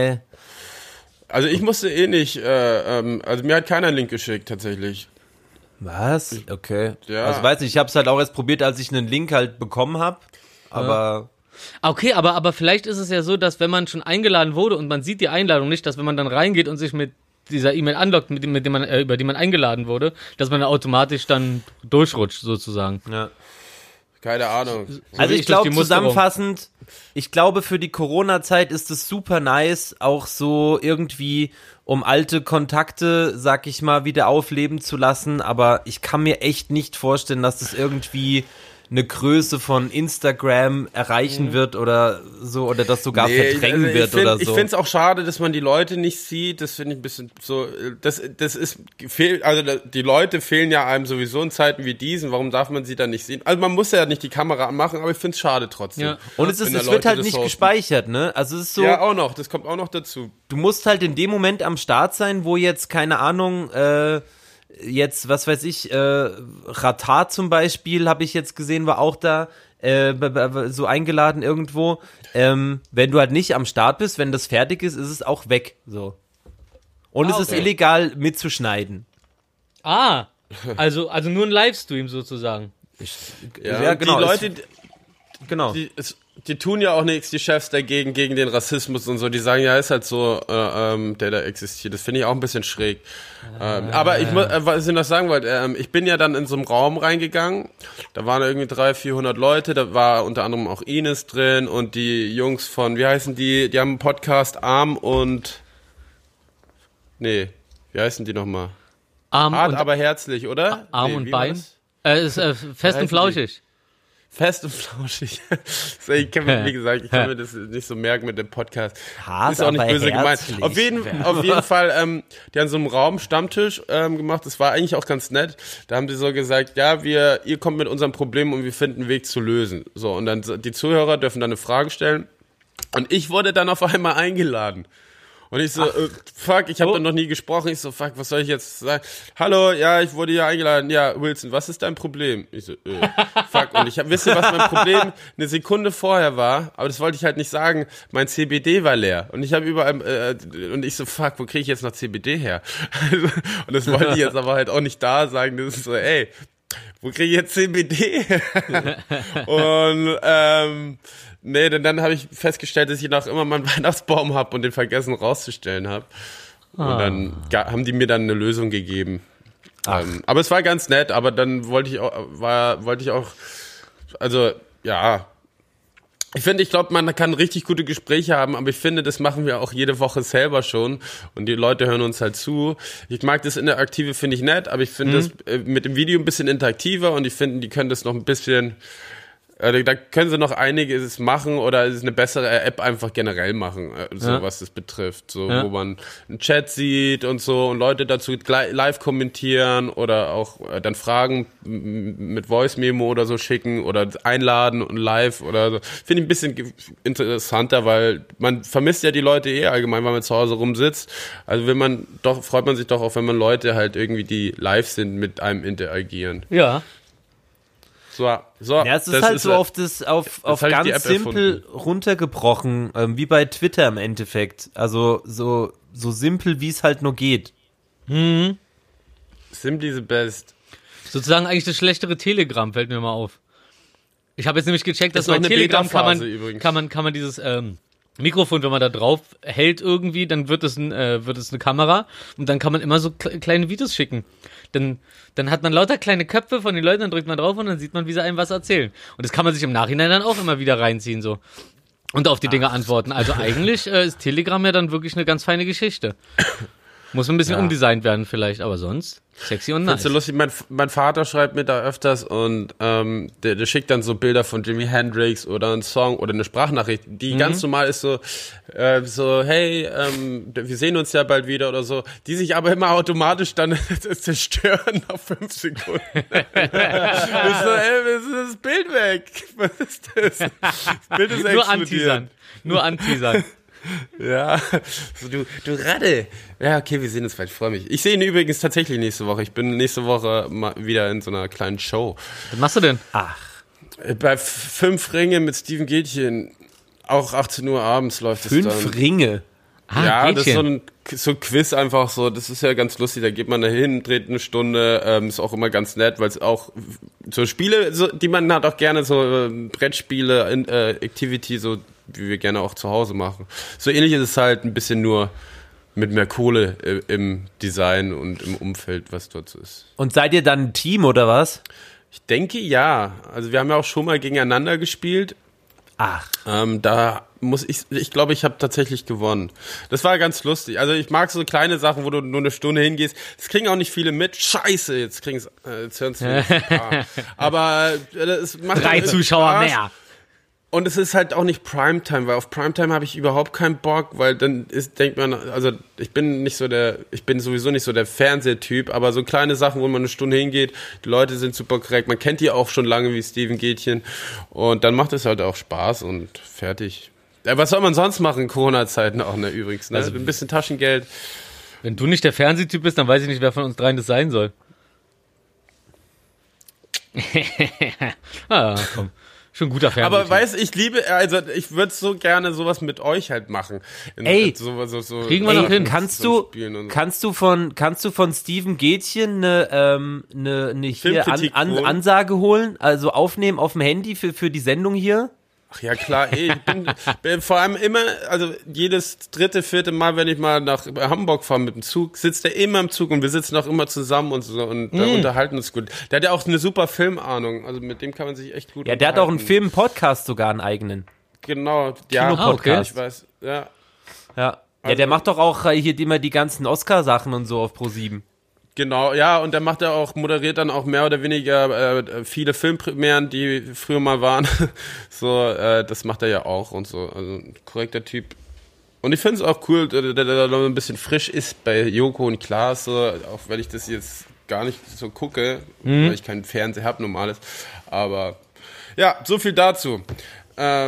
Also ich musste nicht, also mir hat keiner einen Link geschickt, tatsächlich. Was? Okay. Ja. Also weiß nicht, ich hab's halt auch erst probiert, als ich einen Link halt bekommen habe, aber... Okay, aber vielleicht ist es ja so, dass wenn man schon eingeladen wurde und man sieht die Einladung nicht, dass wenn man dann reingeht und sich mit dieser E-Mail anloggt, über die man eingeladen wurde, dass man dann automatisch dann durchrutscht, sozusagen. Ja. Keine Ahnung. Also ich glaube zusammenfassend, ich glaube für die Corona-Zeit ist es super nice, auch so irgendwie um alte Kontakte, sag ich mal, wieder aufleben zu lassen, aber ich kann mir echt nicht vorstellen, dass das irgendwie eine Größe von Instagram erreichen wird oder so, oder das sogar verdrängen wird oder so. Ich finde es auch schade, dass man die Leute nicht sieht, das finde ich ein bisschen so, das ist, also die Leute fehlen ja einem sowieso in Zeiten wie diesen, warum darf man sie dann nicht sehen? Also man muss ja nicht die Kamera anmachen, aber ich finde es schade trotzdem. Ja. Und es wird halt nicht gespeichert, ne? Also es ist so. Ja, auch noch, das kommt auch noch dazu. Du musst halt in dem Moment am Start sein, wo jetzt, keine Ahnung, jetzt, was weiß ich, Ratar zum Beispiel, habe ich jetzt gesehen, war auch da so eingeladen irgendwo. Wenn du halt nicht am Start bist, wenn das fertig ist, ist es auch weg. So. Und es ist illegal mitzuschneiden. Also nur ein Livestream sozusagen. Ja, genau. Die Leute, genau. die tun ja auch nichts, die Chefs dagegen, gegen den Rassismus und so. Die sagen, ja, ist halt so, der da existiert. Das finde ich auch ein bisschen schräg. Aber was ich noch sagen wollte, ich bin ja dann in so einem Raum reingegangen. Da waren irgendwie 300-400 Leute. Da war unter anderem auch Ines drin und die Jungs von, wie heißen die? Die haben einen Podcast Arm und... Nee, wie heißen die nochmal? Hart, aber herzlich, oder? Arm und Bein? Fest und flauschig. Fest und flauschig. Wie gesagt, ich kann mir das nicht so merken mit dem Podcast. Hart, ist auch nicht böse gemeint. Auf jeden Fall, die haben so einen Raum Stammtisch gemacht. Das war eigentlich auch ganz nett. Da haben die so gesagt, ja, ihr kommt mit unserem Problem und wir finden einen Weg zu lösen. So, und dann die Zuhörer dürfen dann eine Frage stellen. Und ich wurde dann auf einmal eingeladen. Und ich so, fuck, ich habe da noch nie gesprochen. Ich so, fuck, was soll ich jetzt sagen? Hallo, ja, ich wurde hier eingeladen. Ja, Wilson, was ist dein Problem? Ich so, fuck. Und wisst ihr, was mein Problem eine Sekunde vorher war? Aber das wollte ich halt nicht sagen. Mein CBD war leer. Und ich habe überall, und ich so, fuck, wo kriege ich jetzt noch CBD her? Und das wollte ich jetzt aber halt auch nicht da sagen. Das ist so, ey, wo kriege ich jetzt CBD her? Und, nee, denn dann habe ich festgestellt, dass ich noch immer meinen Weihnachtsbaum habe und den vergessen rauszustellen habe. Und dann haben die mir dann eine Lösung gegeben. Aber es war ganz nett, aber dann wollte ich auch, also, ja. Ich glaube, man kann richtig gute Gespräche haben, aber ich finde, das machen wir auch jede Woche selber schon und die Leute hören uns halt zu. Ich mag das Interaktive, finde ich nett, aber ich finde das mit dem Video ein bisschen interaktiver und ich finde, die können das noch ein bisschen... Da können sie noch einiges machen oder es ist eine bessere App einfach generell machen, was das betrifft. So, wo man einen Chat sieht und so und Leute dazu live kommentieren oder auch dann Fragen mit Voice-Memo oder so schicken oder einladen und live oder so. Finde ich ein bisschen interessanter, weil man vermisst ja die Leute allgemein, weil man zu Hause rumsitzt. Also freut man sich doch auch, wenn man Leute halt irgendwie, die live sind, mit einem interagieren. Ja. So, ja, es ist halt so auf ganz simpel runtergebrochen, wie bei Twitter im Endeffekt. Also so simpel, wie es halt nur geht. Simply the best. Sozusagen eigentlich das schlechtere Telegram, fällt mir mal auf. Ich habe jetzt nämlich gecheckt, dass bei Telegram kann man dieses Mikrofon, wenn man da drauf hält irgendwie, dann wird es eine Kamera und dann kann man immer so kleine Videos schicken. Dann hat man lauter kleine Köpfe von den Leuten, dann drückt man drauf und dann sieht man, wie sie einem was erzählen. Und das kann man sich im Nachhinein dann auch immer wieder reinziehen so und auf die Dinge antworten. Also eigentlich ist Telegram ja dann wirklich eine ganz feine Geschichte. Muss ein bisschen umdesignt werden vielleicht, aber sonst sexy und nice. Findest du lustig, mein Vater schreibt mir da öfters und der schickt dann so Bilder von Jimi Hendrix oder einen Song oder eine Sprachnachricht, die ganz normal ist so hey, wir sehen uns ja bald wieder oder so, die sich aber immer automatisch dann zerstören nach 5 Sekunden. Ich so, was ist das Bild weg? Was ist das? Das Bild ist explodiert. Nur anteasern. Ja, so, du Ratte. Ja, okay, wir sehen uns bald, ich freue mich. Ich sehe ihn übrigens tatsächlich nächste Woche. Ich bin nächste Woche mal wieder in so einer kleinen Show. Was machst du denn? Bei 5 Ringe mit Steven Gätchen. Auch 18 Uhr abends läuft es dann. 5 Ringe? Ja, Gätchen. Das ist so ein Quiz einfach so. Das ist ja ganz lustig. Da geht man da hin, dreht eine Stunde. Ist auch immer ganz nett, weil es auch so Spiele, so, die man hat auch gerne, so Brettspiele, Activity, so wie wir gerne auch zu Hause machen. So ähnlich ist es halt ein bisschen nur mit mehr Kohle im Design und im Umfeld, was dort so ist. Und seid ihr dann ein Team oder was? Ich denke ja. Also wir haben ja auch schon mal gegeneinander gespielt. Da muss ich glaube, ich habe tatsächlich gewonnen. Das war ganz lustig. Also ich mag so kleine Sachen, wo du nur eine Stunde hingehst. Das kriegen auch nicht viele mit. Scheiße, jetzt hören es ein paar. Aber es macht 3 Zuschauer Spaß. mehr. Und es ist halt auch nicht Primetime, weil auf Primetime habe ich überhaupt keinen Bock, weil dann denkt man, also ich bin sowieso nicht so der Fernsehtyp, aber so kleine Sachen, wo man eine Stunde hingeht, die Leute sind super korrekt, man kennt die auch schon lange wie Steven Gätchen und dann macht es halt auch Spaß und fertig. Ja, was soll man sonst machen in Corona-Zeiten auch, ne, übrigens, ne? Also ein bisschen Taschengeld. Wenn du nicht der Fernsehtyp bist, dann weiß ich nicht, wer von uns dreien das sein soll. Komm. Schon guter Fernseher. Aber weißt, ich würde so gerne sowas mit euch halt machen. Kriegen wir noch hin. Kannst du von Steven Gätchen eine Ansage holen, also aufnehmen auf dem Handy für die Sendung hier? Ach ja, klar, ich bin vor allem immer, also jedes 3., 4. Mal, wenn ich mal nach Hamburg fahre mit dem Zug, sitzt er immer im Zug und wir sitzen auch immer zusammen und so und unterhalten uns gut. Der hat ja auch eine super Filmahnung, also mit dem kann man sich echt gut unterhalten. Ja, der hat auch einen Film-Podcast sogar, einen eigenen. Genau, ja. Kino-Podcast. Ich weiß, ja. Ja, also, der macht doch auch hier immer die ganzen Oscar-Sachen und so auf Pro7. Genau, ja, und der moderiert dann auch mehr oder weniger viele Filmpremieren, die früher mal waren. So, das macht er ja auch und so. Also ein korrekter Typ. Und ich finde es auch cool, dass er noch ein bisschen frisch ist bei Joko und Klaas, so, auch wenn ich das jetzt gar nicht so gucke, weil ich keinen Fernseher habe, normales. Aber ja, so viel dazu. Ja.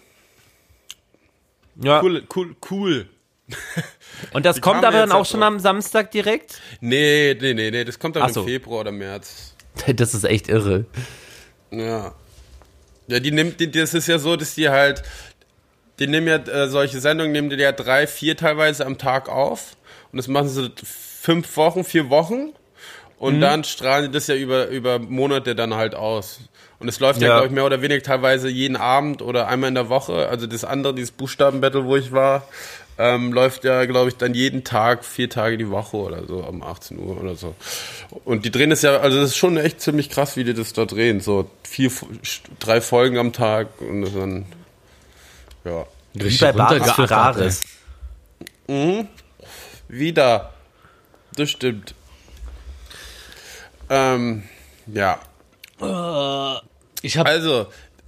Cool. Und das kommt aber dann auch schon am Samstag direkt? Nee, das kommt dann im Februar oder März. Das ist echt irre. Ja. Ja, das ist ja so, dass die nehmen ja solche Sendungen, nehmen die ja 3, 4 teilweise am Tag auf und das machen sie 4 Wochen und dann strahlen die das ja über Monate dann halt aus. Und es läuft ja, glaube ich, mehr oder weniger teilweise jeden Abend oder einmal in der Woche. Also das andere, dieses Buchstabenbattle, wo ich war, läuft ja, glaube ich, dann jeden Tag 4 Tage die Woche oder so, um 18 Uhr oder so. Und die drehen es ja, also das ist schon echt ziemlich krass, wie die das da drehen. So 3 Folgen am Tag und dann, ja. Wie bei Bares für Rares. Wieder. Das stimmt. Ja. Ich habe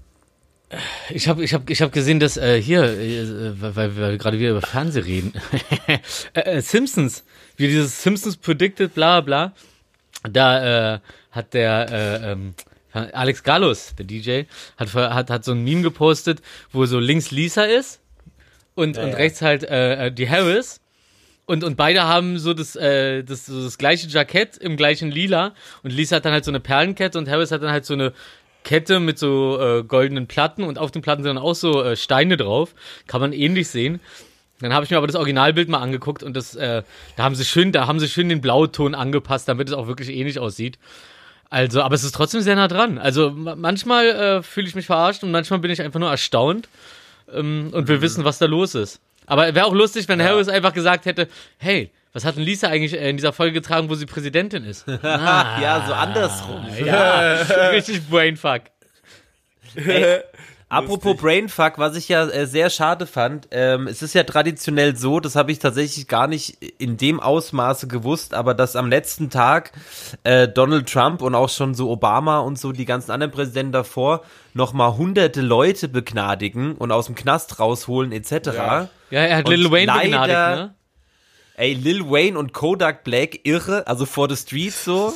gesehen, dass weil wir gerade wieder über Fernsehen reden. Simpsons, wie dieses Simpsons predicted, bla bla. Da hat der Alex Gallus, der DJ, hat so ein Meme gepostet, wo so links Lisa ist und rechts halt die Harris. Und beide haben so das gleiche Jackett im gleichen Lila. Und Lisa hat dann halt so eine Perlenkette und Harris hat dann halt so eine Kette mit so goldenen Platten. Und auf den Platten sind dann auch so Steine drauf. Kann man ähnlich sehen. Dann habe ich mir aber das Originalbild mal angeguckt und da haben sie schön den Blauton angepasst, damit es auch wirklich ähnlich aussieht. Also, aber es ist trotzdem sehr nah dran. Also manchmal fühle ich mich verarscht und manchmal bin ich einfach nur erstaunt und will wissen, was da los ist. Aber wäre auch lustig, wenn Harris einfach gesagt hätte, hey, was hat denn Lisa eigentlich in dieser Folge getragen, wo sie Präsidentin ist? Ja, so andersrum. Ja, richtig Brainfuck. Apropos Brainfuck, was ich ja sehr schade fand, es ist ja traditionell so, das habe ich tatsächlich gar nicht in dem Ausmaße gewusst, aber dass am letzten Tag Donald Trump und auch schon so Obama und so die ganzen anderen Präsidenten davor nochmal hunderte Leute begnadigen und aus dem Knast rausholen etc. Ja, er hat Lil Wayne begnadigt, ne? Ey, Lil Wayne und Kodak Black, irre, also for the streets so.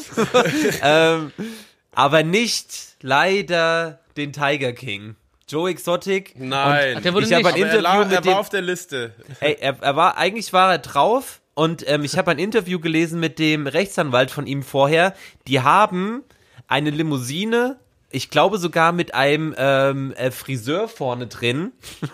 Aber nicht leider den Tiger King. Joe Exotic. Nein. Der wurde nicht. Er war auf der Liste. Ey, eigentlich war er drauf und ich habe ein Interview gelesen mit dem Rechtsanwalt von ihm vorher. Die haben eine Limousine, ich glaube sogar mit einem Friseur vorne drin,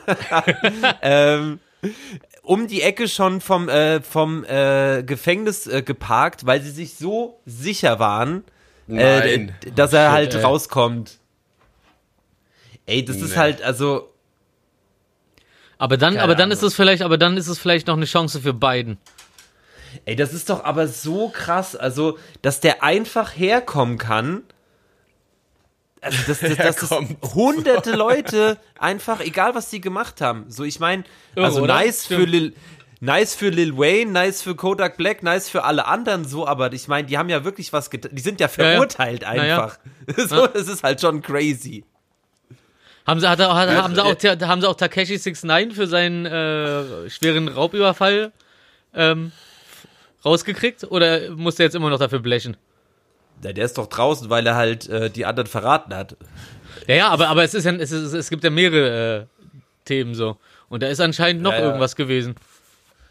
um die Ecke schon vom Gefängnis geparkt, weil sie sich so sicher waren, dass er halt rauskommt. Ey, das ist halt, also. Aber dann ist es vielleicht noch eine Chance für Biden. Ey, das ist doch aber so krass, also, dass der einfach herkommen kann. Also, dass hunderte Leute einfach, egal was die gemacht haben. So, ich meine, also nice für Lil Wayne, nice für Kodak Black, nice für alle anderen so, aber ich meine, die haben ja wirklich was getan. Die sind ja verurteilt einfach. So, das ist halt schon crazy. Haben sie auch Takeshi 69 für seinen schweren Raubüberfall rausgekriegt? Oder muss der jetzt immer noch dafür blechen? Ja, der ist doch draußen, weil er halt die anderen verraten hat. Ja, aber es gibt ja mehrere Themen so. Und da ist anscheinend noch irgendwas gewesen.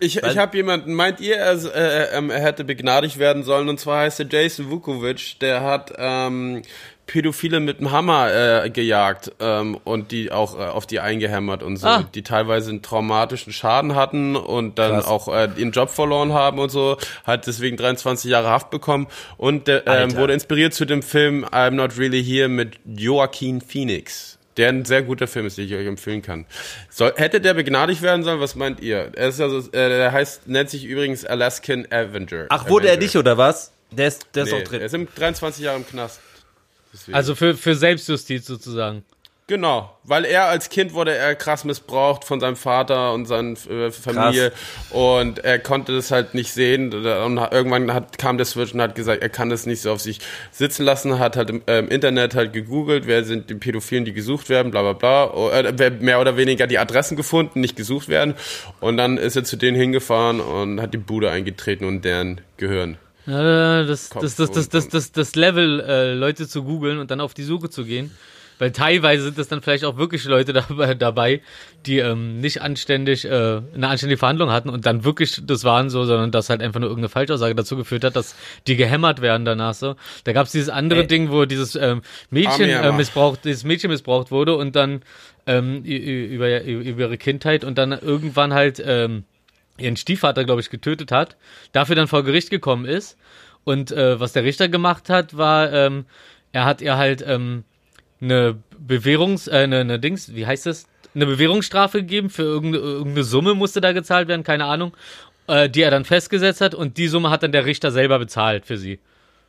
Ich habe jemanden, meint ihr, er hätte begnadigt werden sollen, und zwar heißt er Jason Vukovic, der hat Pädophile mit dem Hammer gejagt und die auch auf die eingehämmert und so, die teilweise einen traumatischen Schaden hatten und dann auch ihren Job verloren haben und so, hat deswegen 23 Jahre Haft bekommen und wurde inspiriert zu dem Film I'm Not Really Here mit Joaquin Phoenix. Der ein sehr guter Film ist, den ich euch empfehlen kann. Hätte der begnadigt werden sollen? Was meint ihr? Er ist also, nennt sich übrigens Alaskan Avenger. Ach, wurde er nicht, oder was? Der ist auch drin. Er ist 23 Jahre im Knast. Deswegen. Also für Selbstjustiz sozusagen. Genau, weil er als Kind wurde er krass missbraucht von seinem Vater und seiner Familie und er konnte das halt nicht sehen und irgendwann kam der Switch und hat gesagt, er kann das nicht so auf sich sitzen lassen, hat halt im Internet halt gegoogelt, wer sind die Pädophilen, die gesucht werden, bla bla bla, mehr oder weniger die Adressen gefunden, nicht gesucht werden und dann ist er zu denen hingefahren und hat die Bude eingetreten und deren Gehirn. Ja, das Level, Leute zu googeln und dann auf die Suche zu gehen. Weil teilweise sind das dann vielleicht auch wirklich Leute dabei, die nicht anständig eine anständige Verhandlung hatten und dann wirklich das waren so, sondern dass halt einfach nur irgendeine Falschaussage dazu geführt hat, dass die gehämmert werden danach so. Da gab's dieses andere Ding, wo dieses Mädchen missbraucht wurde und dann über ihre Kindheit und dann irgendwann halt ihren Stiefvater, glaube ich, getötet hat, dafür dann vor Gericht gekommen ist und was der Richter gemacht hat, war, er hat ihr halt eine wie heißt das? Eine Bewährungsstrafe gegeben für irgendeine Summe musste da gezahlt werden, keine Ahnung, die er dann festgesetzt hat und die Summe hat dann der Richter selber bezahlt für sie.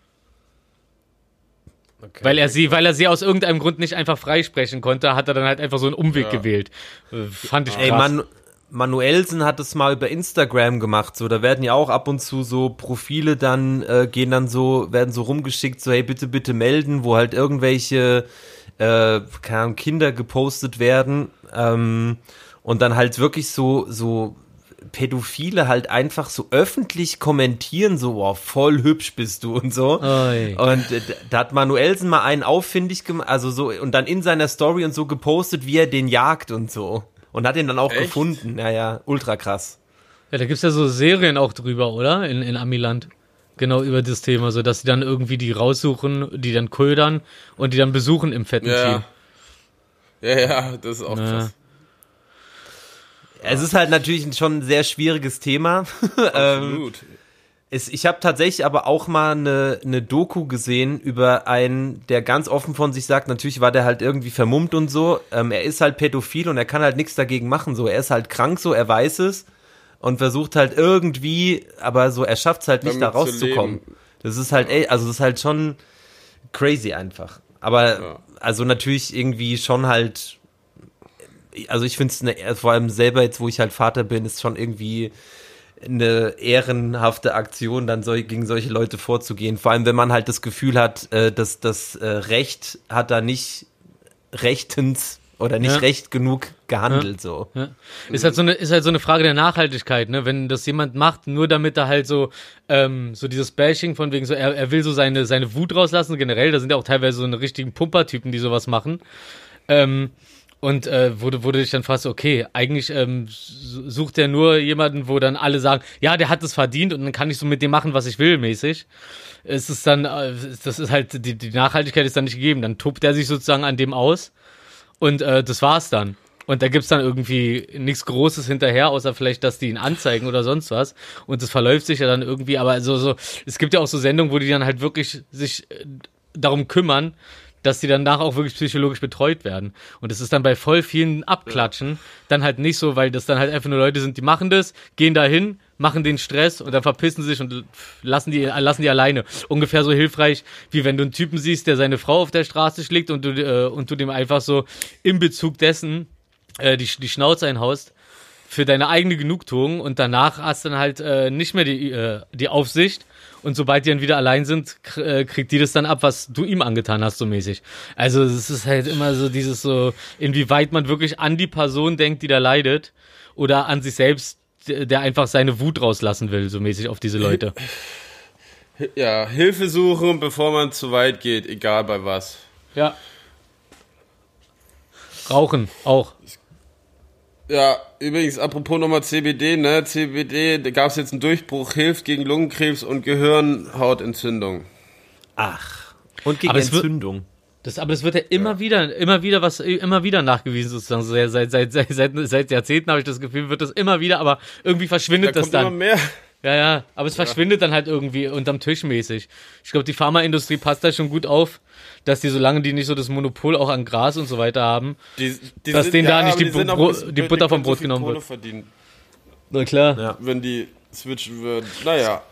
Okay. Weil er sie aus irgendeinem Grund nicht einfach freisprechen konnte, hat er dann halt einfach so einen Umweg gewählt. Fand ich krass. Manuelsen hat es mal über Instagram gemacht, so, da werden ja auch ab und zu so Profile dann, werden so rumgeschickt, so, hey, bitte melden, wo halt irgendwelche, keine Ahnung, Kinder gepostet werden, und dann halt wirklich so Pädophile halt einfach so öffentlich kommentieren, so, wow, voll hübsch bist du und so. Oi. Und da hat Manuelsen mal einen auffindig gemacht, also so, und dann in seiner Story und so gepostet, wie er den jagt und so. Und hat ihn dann auch gefunden. Ja, ultra krass. Ja, da gibt's ja so Serien auch drüber, oder? In Amiland. Genau über das Thema, so dass sie dann irgendwie die raussuchen, die dann ködern und die dann besuchen im fetten Team. Ja, das ist auch krass. Es ist halt natürlich schon ein sehr schwieriges Thema. Absolut. Ich habe tatsächlich aber auch mal eine Doku gesehen über einen, der ganz offen von sich sagt, natürlich war der halt irgendwie vermummt und so, er ist halt pädophil und er kann halt nichts dagegen machen, so, er ist halt krank so, er weiß es und versucht halt irgendwie, aber so, er schafft es halt nicht, da rauszukommen. Das ist halt, also das ist halt schon crazy einfach. Aber, also natürlich irgendwie schon halt, also ich finde es, vor allem selber jetzt, wo ich halt Vater bin, ist schon irgendwie eine ehrenhafte Aktion, dann gegen solche Leute vorzugehen. Vor allem, wenn man halt das Gefühl hat, dass das Recht hat da nicht rechtens oder nicht recht genug gehandelt, so. Ja. Ist halt so eine Frage der Nachhaltigkeit, ne? Wenn das jemand macht, nur damit er halt so dieses Bashing von wegen so, er will so seine Wut rauslassen, generell, da sind ja auch teilweise so eine richtigen Pumpertypen, die sowas machen. Und wurde ich dann fast, okay, eigentlich sucht er nur jemanden, wo dann alle sagen, ja, der hat es verdient und dann kann ich so mit dem machen, was ich will, mäßig. Es ist dann, das ist halt, die Nachhaltigkeit ist dann nicht gegeben. Dann tobt er sich sozusagen an dem aus und das war's dann. Und da gibt's dann irgendwie nichts Großes hinterher, außer vielleicht, dass die ihn anzeigen oder sonst was. Und das verläuft sich ja dann irgendwie, aber so, es gibt ja auch so Sendungen, wo die dann halt wirklich sich darum kümmern, dass die danach auch wirklich psychologisch betreut werden. Und das ist dann bei voll vielen Abklatschen dann halt nicht so, weil das dann halt einfach nur Leute sind, die machen das, gehen dahin, machen den Stress und dann verpissen sie sich und lassen die alleine. Ungefähr so hilfreich, wie wenn du einen Typen siehst, der seine Frau auf der Straße schlägt und du dem einfach so im Bezug dessen die Schnauze einhaust für deine eigene Genugtuung und danach hast du dann halt nicht mehr die Aufsicht. Und sobald die dann wieder allein sind, kriegt die das dann ab, was du ihm angetan hast, so mäßig. Also es ist halt immer so dieses so, inwieweit man wirklich an die Person denkt, die da leidet, oder an sich selbst, der einfach seine Wut rauslassen will, so mäßig auf diese Leute. Ja, Hilfe suchen, bevor man zu weit geht, egal bei was. Ja. Rauchen, auch. Ja, übrigens, apropos nochmal CBD, ne? CBD, da gab es jetzt einen Durchbruch, hilft gegen Lungenkrebs und Gehirnhautentzündung. Ach, und gegen Entzündung. Aber das wird ja immer wieder nachgewiesen sozusagen. So, seit Jahrzehnten habe ich das Gefühl, wird das immer wieder, aber irgendwie verschwindet das dann. Immer mehr. Ja, aber es verschwindet dann halt irgendwie unterm Tisch mäßig. Ich glaube, die Pharmaindustrie passt da schon gut auf, dass die, solange die nicht so das Monopol auch an Gras und so weiter haben, dass denen da nicht die Butter vom Brot genommen wird. Verdienen. Na klar. Ja. Wenn die switchen würden. Naja.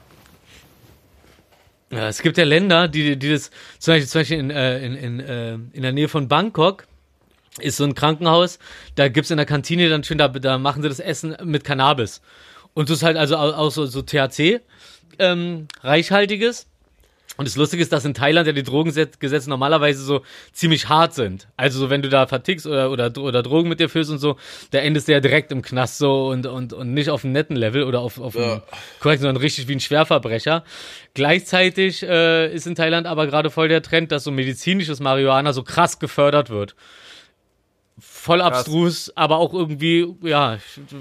Ja, es gibt ja Länder, die das, zum Beispiel in der Nähe von Bangkok ist so ein Krankenhaus, da gibt's in der Kantine dann schön, da machen sie das Essen mit Cannabis. Und das ist halt also auch so THC, reichhaltiges. Und das Lustige ist, dass in Thailand ja die Drogengesetze normalerweise so ziemlich hart sind. Also so, wenn du da vertickst oder Drogen mit dir führst und so, da endest du ja direkt im Knast so und nicht auf einem netten Level oder auf einem korrekt, sondern richtig wie ein Schwerverbrecher. Gleichzeitig ist in Thailand aber gerade voll der Trend, dass so medizinisches Marihuana so krass gefördert wird. Voll abstrus, aber auch irgendwie, ja.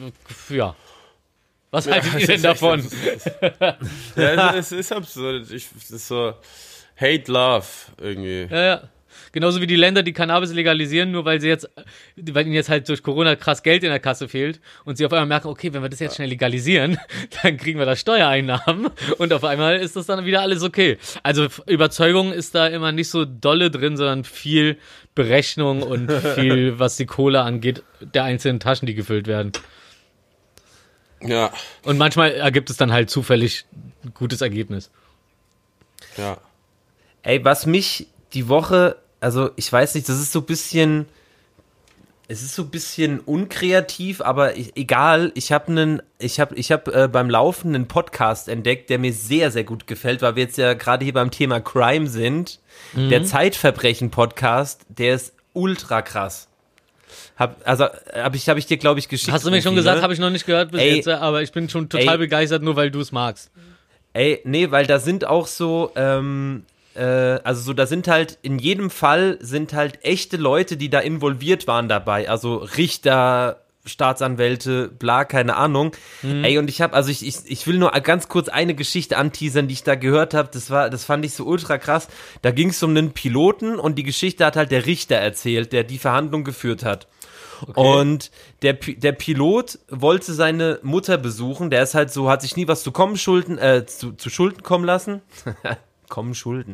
Was haltet ihr denn davon? Ja, es ist absurd. Das ist so Hate Love irgendwie. Ja. Genauso wie die Länder, die Cannabis legalisieren, nur weil ihnen jetzt halt durch Corona krass Geld in der Kasse fehlt und sie auf einmal merken, okay, wenn wir das jetzt schnell legalisieren, dann kriegen wir da Steuereinnahmen und auf einmal ist das dann wieder alles okay. Also Überzeugung ist da immer nicht so dolle drin, sondern viel Berechnung und viel, was die Kohle angeht, der einzelnen Taschen, die gefüllt werden. Ja. Und manchmal ergibt es dann halt zufällig ein gutes Ergebnis. Ja. Ey, was mich die Woche, also ich weiß nicht, das ist so ein bisschen, es ist so ein bisschen unkreativ, aber egal, ich hab beim Laufen einen Podcast entdeckt, der mir sehr, sehr gut gefällt, weil wir jetzt ja gerade hier beim Thema Crime sind. Der Zeitverbrechen-Podcast, der ist ultra krass. Hab ich dir, glaube ich, geschickt. Hast du mir schon gesagt, habe ich noch nicht gehört bis jetzt, aber ich bin schon total begeistert, nur weil du es magst. Ey, nee, weil da sind auch so, da sind halt, in jedem Fall sind halt echte Leute, die da involviert waren dabei, also Richter, Staatsanwälte, bla, keine Ahnung. Ey, und ich will nur ganz kurz eine Geschichte anteasern, die ich da gehört habe, das fand ich so ultra krass. Da ging es um einen Piloten und die Geschichte hat halt der Richter erzählt, der die Verhandlung geführt hat. Okay. Und der Pilot wollte seine Mutter besuchen, der ist halt so, hat sich nie was zu Schulden kommen lassen. Schulden.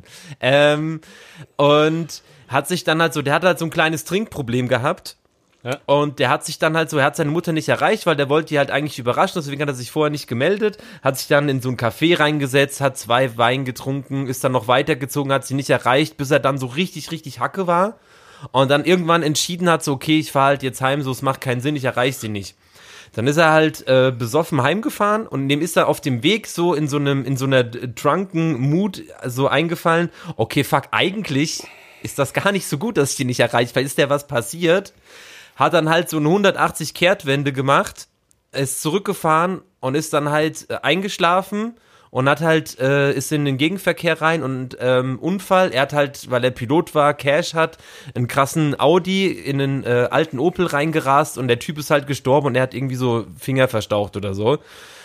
Und hat sich dann halt so, der hat halt so ein kleines Trinkproblem gehabt. Ja. Und der hat sich dann halt so, er hat seine Mutter nicht erreicht, weil der wollte die halt eigentlich überraschen, deswegen hat er sich vorher nicht gemeldet, hat sich dann in so ein Café reingesetzt, hat 2 Wein getrunken, ist dann noch weitergezogen, hat sie nicht erreicht, bis er dann so richtig, richtig Hacke war und dann irgendwann entschieden hat, so okay, ich fahre halt jetzt heim, so es macht keinen Sinn, ich erreiche sie nicht. Dann ist er halt besoffen heimgefahren und dem ist er auf dem Weg so in so einer drunken Mood so eingefallen, okay, fuck, eigentlich ist das gar nicht so gut, dass ich die nicht erreiche, weil ist der was passiert? Hat dann halt so eine 180 Kehrtwende gemacht, ist zurückgefahren und ist dann halt eingeschlafen und hat halt, ist in den Gegenverkehr rein und Unfall. Er hat halt, weil er Pilot war, Cash hat, einen krassen Audi in einen alten Opel reingerast und der Typ ist halt gestorben und er hat irgendwie so Finger verstaucht oder so.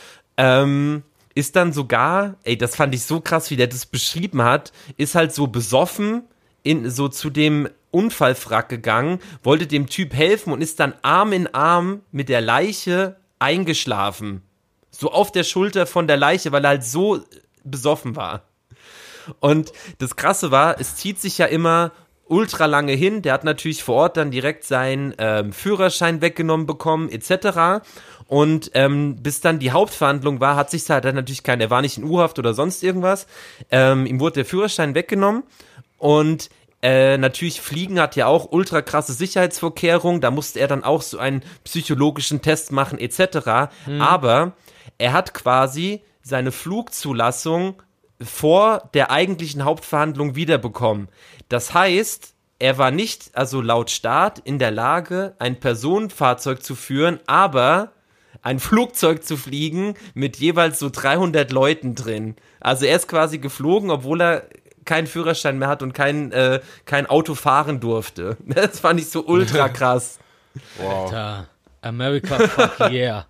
Ist dann sogar, das fand ich so krass, wie der das beschrieben hat, ist halt so besoffen so zu dem Unfallwrack gegangen, wollte dem Typ helfen und ist dann Arm in Arm mit der Leiche eingeschlafen. So auf der Schulter von der Leiche, weil er halt so besoffen war. Und das Krasse war, es zieht sich ja immer ultra lange hin. Der hat natürlich vor Ort dann direkt seinen Führerschein weggenommen bekommen, etc. Und bis dann die Hauptverhandlung war, hat sich halt dann natürlich er war nicht in U-Haft oder sonst irgendwas. Ihm wurde der Führerschein weggenommen. Und natürlich Fliegen hat ja auch ultra krasse Sicherheitsvorkehrungen, da musste er dann auch so einen psychologischen Test machen etc. Aber er hat quasi seine Flugzulassung vor der eigentlichen Hauptverhandlung wiederbekommen. Das heißt, er war nicht, also laut Staat, in der Lage, ein Personenfahrzeug zu führen, aber ein Flugzeug zu fliegen mit jeweils so 300 Leuten drin. Also er ist quasi geflogen, obwohl er keinen Führerschein mehr hat und kein Auto fahren durfte. Das fand ich so ultra krass. Wow. Alter. America, fuck yeah.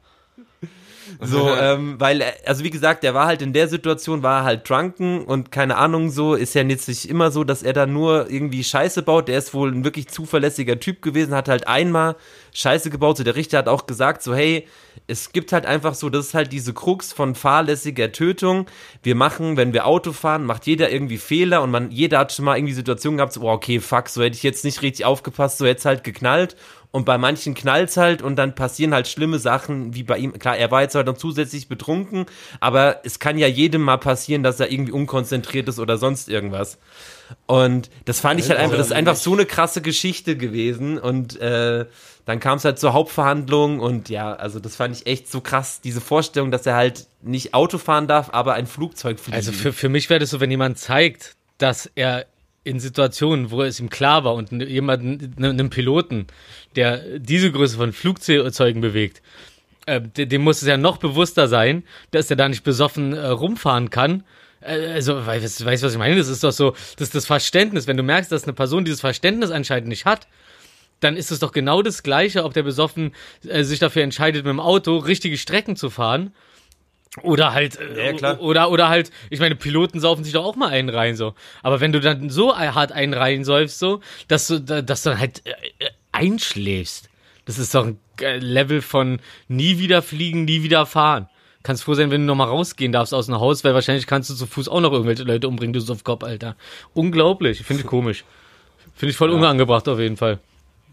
So, weil, also wie gesagt, der war halt in der Situation, war halt drunken und keine Ahnung so, ist ja jetzt nicht immer so, dass er da nur irgendwie Scheiße baut, der ist wohl ein wirklich zuverlässiger Typ gewesen, hat halt einmal Scheiße gebaut, so der Richter hat auch gesagt, so hey, es gibt halt einfach so, das ist halt diese Krux von fahrlässiger Tötung, wir machen, wenn wir Auto fahren, macht jeder irgendwie Fehler und jeder hat schon mal irgendwie Situationen gehabt, so, oh, okay, fuck, so hätte ich jetzt nicht richtig aufgepasst, so hätte es halt geknallt. Und bei manchen knallt's halt und dann passieren halt schlimme Sachen, wie bei ihm. Klar, er war jetzt halt noch zusätzlich betrunken, aber es kann ja jedem mal passieren, dass er irgendwie unkonzentriert ist oder sonst irgendwas. Und das fand ich halt einfach, das ist einfach so eine krasse Geschichte gewesen. Und dann kam es halt zur Hauptverhandlung und ja, also das fand ich echt so krass, diese Vorstellung, dass er halt nicht Auto fahren darf, aber ein Flugzeug fliegen. Also für mich wäre das so, wenn jemand zeigt, dass er in Situationen, wo es ihm klar war und einem Piloten, der diese Größe von Flugzeugen bewegt, dem muss es ja noch bewusster sein, dass er da nicht besoffen rumfahren kann. Also, weißt du, was ich meine? Das ist doch so, das ist das Verständnis. Wenn du merkst, dass eine Person dieses Verständnis anscheinend nicht hat, dann ist es doch genau das Gleiche, ob der besoffen sich dafür entscheidet, mit dem Auto richtige Strecken zu fahren. Oder halt, ja, klar. Oder halt, ich meine, Piloten saufen sich doch auch mal einen rein, so. Aber wenn du dann so hart einen reinsäufst, so, dass du dann halt einschläfst, das ist doch ein Level von nie wieder fliegen, nie wieder fahren. Kannst froh sein, wenn du nochmal rausgehen darfst aus dem Haus, weil wahrscheinlich kannst du zu Fuß auch noch irgendwelche Leute umbringen, du Suffkopf, Alter. Unglaublich, finde ich komisch. Finde ich voll unangebracht auf jeden Fall.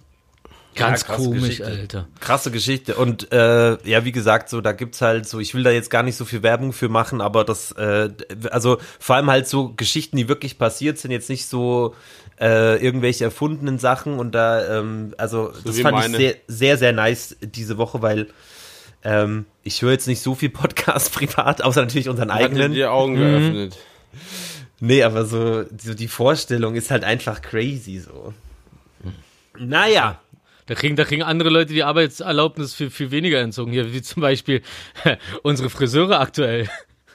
Ganz komisch, Geschichte. Alter. Krasse Geschichte. Und ja, wie gesagt, so, da gibt's halt so, ich will da jetzt gar nicht so viel Werbung für machen, aber das, also vor allem halt so Geschichten, die wirklich passiert sind, jetzt nicht so irgendwelche erfundenen Sachen und da, also so das fand ich sehr, sehr, sehr nice diese Woche, weil ich höre jetzt nicht so viel Podcast privat, außer natürlich unseren eigenen. Hat dir die Augen geöffnet. Nee, aber so die Vorstellung ist halt einfach crazy so. Naja. Da kriegen andere Leute die Arbeitserlaubnis für viel weniger entzogen. Hier, wie zum Beispiel unsere Friseure aktuell.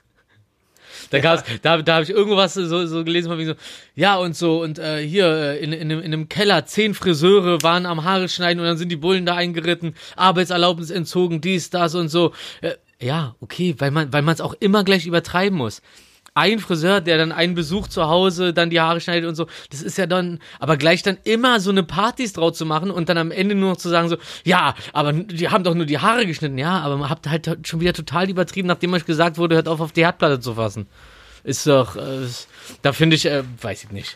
Da habe ich irgendwas so gelesen von wegen so, ja und so und hier in einem Keller 10 Friseure waren am Haare schneiden und dann sind die Bullen da eingeritten, Arbeitserlaubnis entzogen, dies, das und so. Ja, okay, weil man es auch immer gleich übertreiben muss. Ein Friseur, der dann einen Besuch zu Hause, dann die Haare schneidet und so, das ist ja dann, aber gleich dann immer so eine Partys draus zu machen und dann am Ende nur noch zu sagen so, ja, aber die haben doch nur die Haare geschnitten, ja, aber man habt halt schon wieder total übertrieben, nachdem euch gesagt wurde, hört auf die Herdplatte zu fassen. Ist doch, da finde ich, weiß ich nicht.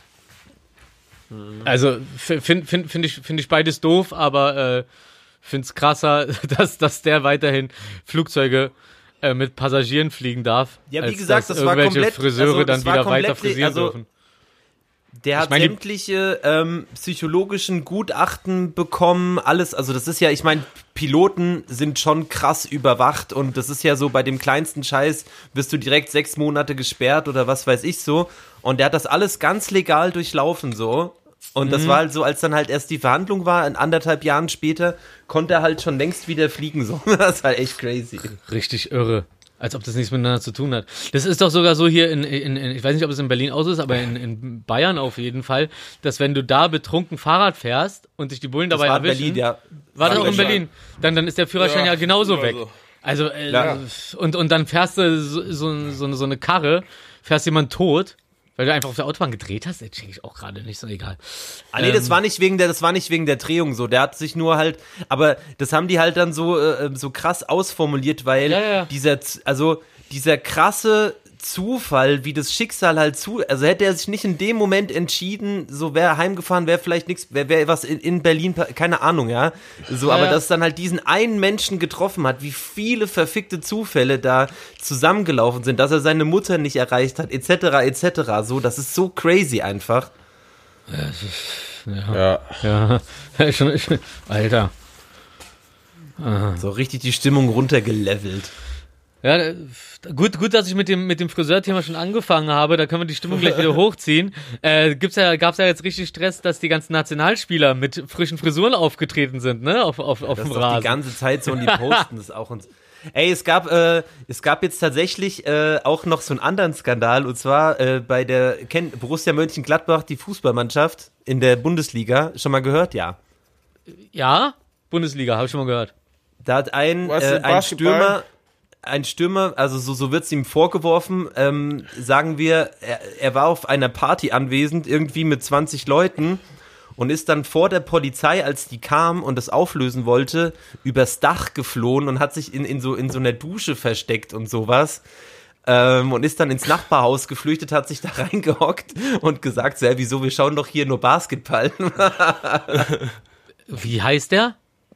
Also, finde ich beides doof, aber finde es krasser, dass der weiterhin Flugzeuge mit Passagieren fliegen darf. Ja, wie gesagt, das war komplett, Friseure also, dann wieder weiter frisieren dürfen. Der hat sämtliche psychologischen Gutachten bekommen, alles, also das ist ja, ich meine, Piloten sind schon krass überwacht und das ist ja so, bei dem kleinsten Scheiß wirst du direkt 6 Monate gesperrt oder was weiß ich so und der hat das alles ganz legal durchlaufen so und das war halt so, als dann halt erst die Verhandlung war, in 1,5 Jahren später, konnte er halt schon längst wieder fliegen so, das war echt crazy. Richtig irre. Als ob das nichts miteinander zu tun hat. Das ist doch sogar so hier in ich weiß nicht, ob es in Berlin auch so ist, aber in Bayern auf jeden Fall, dass wenn du da betrunken Fahrrad fährst und dich die Bullen dabei erwischen. Berlin, ja. War das auch in Berlin? Dann ist der Führerschein ja genauso weg. So. Also, und dann fährst du so eine Karre, fährst jemand tot, weil du einfach auf der Autobahn gedreht hast, das check ich auch gerade nicht, so egal. Nee, das war nicht wegen der Drehung so, der hat sich nur halt, aber das haben die halt dann so krass ausformuliert, weil dieser krasse Zufall, wie das Schicksal halt also hätte er sich nicht in dem Moment entschieden, so wäre heimgefahren, wäre vielleicht nichts, wäre was in Berlin, keine Ahnung, ja, so, aber dass dann halt diesen einen Menschen getroffen hat, wie viele verfickte Zufälle da zusammengelaufen sind, dass er seine Mutter nicht erreicht hat, etc., so, das ist so crazy einfach. Ja. Alter. So richtig die Stimmung runtergelevelt. Ja, gut, dass ich mit dem Friseurthema schon angefangen habe, da können wir die Stimmung gleich wieder hochziehen. Gab's ja jetzt richtig Stress, dass die ganzen Nationalspieler mit frischen Frisuren aufgetreten sind, ne, auf dem Rasen. Das ist doch die ganze Zeit so und die posten das auch und ey, es gab jetzt tatsächlich auch noch so einen anderen Skandal und zwar bei der Borussia Mönchengladbach, die Fußballmannschaft in der Bundesliga, schon mal gehört? Ja. Ja? Bundesliga, habe ich schon mal gehört. Da hat ein Stürmer, also so wird's ihm vorgeworfen, sagen wir, er war auf einer Party anwesend, irgendwie mit 20 Leuten und ist dann vor der Polizei, als die kam und das auflösen wollte, übers Dach geflohen und hat sich in so einer Dusche versteckt und sowas. Und ist dann ins Nachbarhaus geflüchtet, hat sich da reingehockt und gesagt, wieso, wir schauen doch hier nur Basketball. Wie heißt der?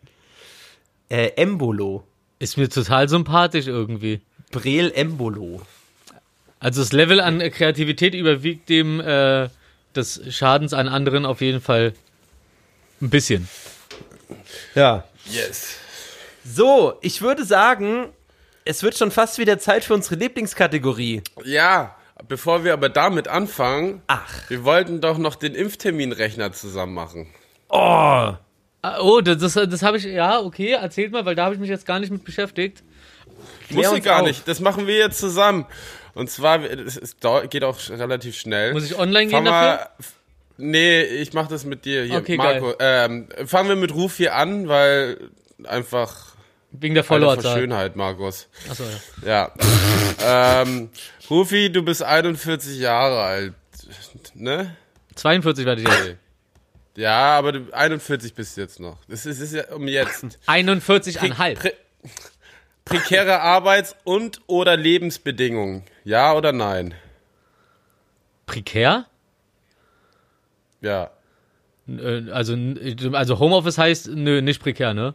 Embolo. Ist mir total sympathisch irgendwie. Breel Embolo. Also das Level an Kreativität überwiegt dem des Schadens an anderen auf jeden Fall ein bisschen. Ja. Yes. So, ich würde sagen, es wird schon fast wieder Zeit für unsere Lieblingskategorie. Ja, bevor wir aber damit anfangen, wir wollten doch noch den Impfterminrechner zusammen machen. Oh, das habe ich, ja, okay, erzählt mal, weil da habe ich mich jetzt gar nicht mit beschäftigt. Muss ich gar nicht, das machen wir jetzt zusammen. Und zwar, geht auch relativ schnell. Muss ich online gehen dafür? Nee, ich mach das mit dir hier, okay, Marco. Fangen wir mit Ruf hier an, weil einfach... Wegen der Followerzahl. Schönheit, Markus. Achso, ja. Ja. Rufi, du bist 41 Jahre alt, ne? 42 werde ich jetzt. Ja, aber du 41 bist jetzt noch. Das ist ja um jetzt. 41,5. Prekäre Arbeits- und oder Lebensbedingungen. Ja oder nein? Prekär? Ja. Also Homeoffice heißt, nö, nicht prekär, ne?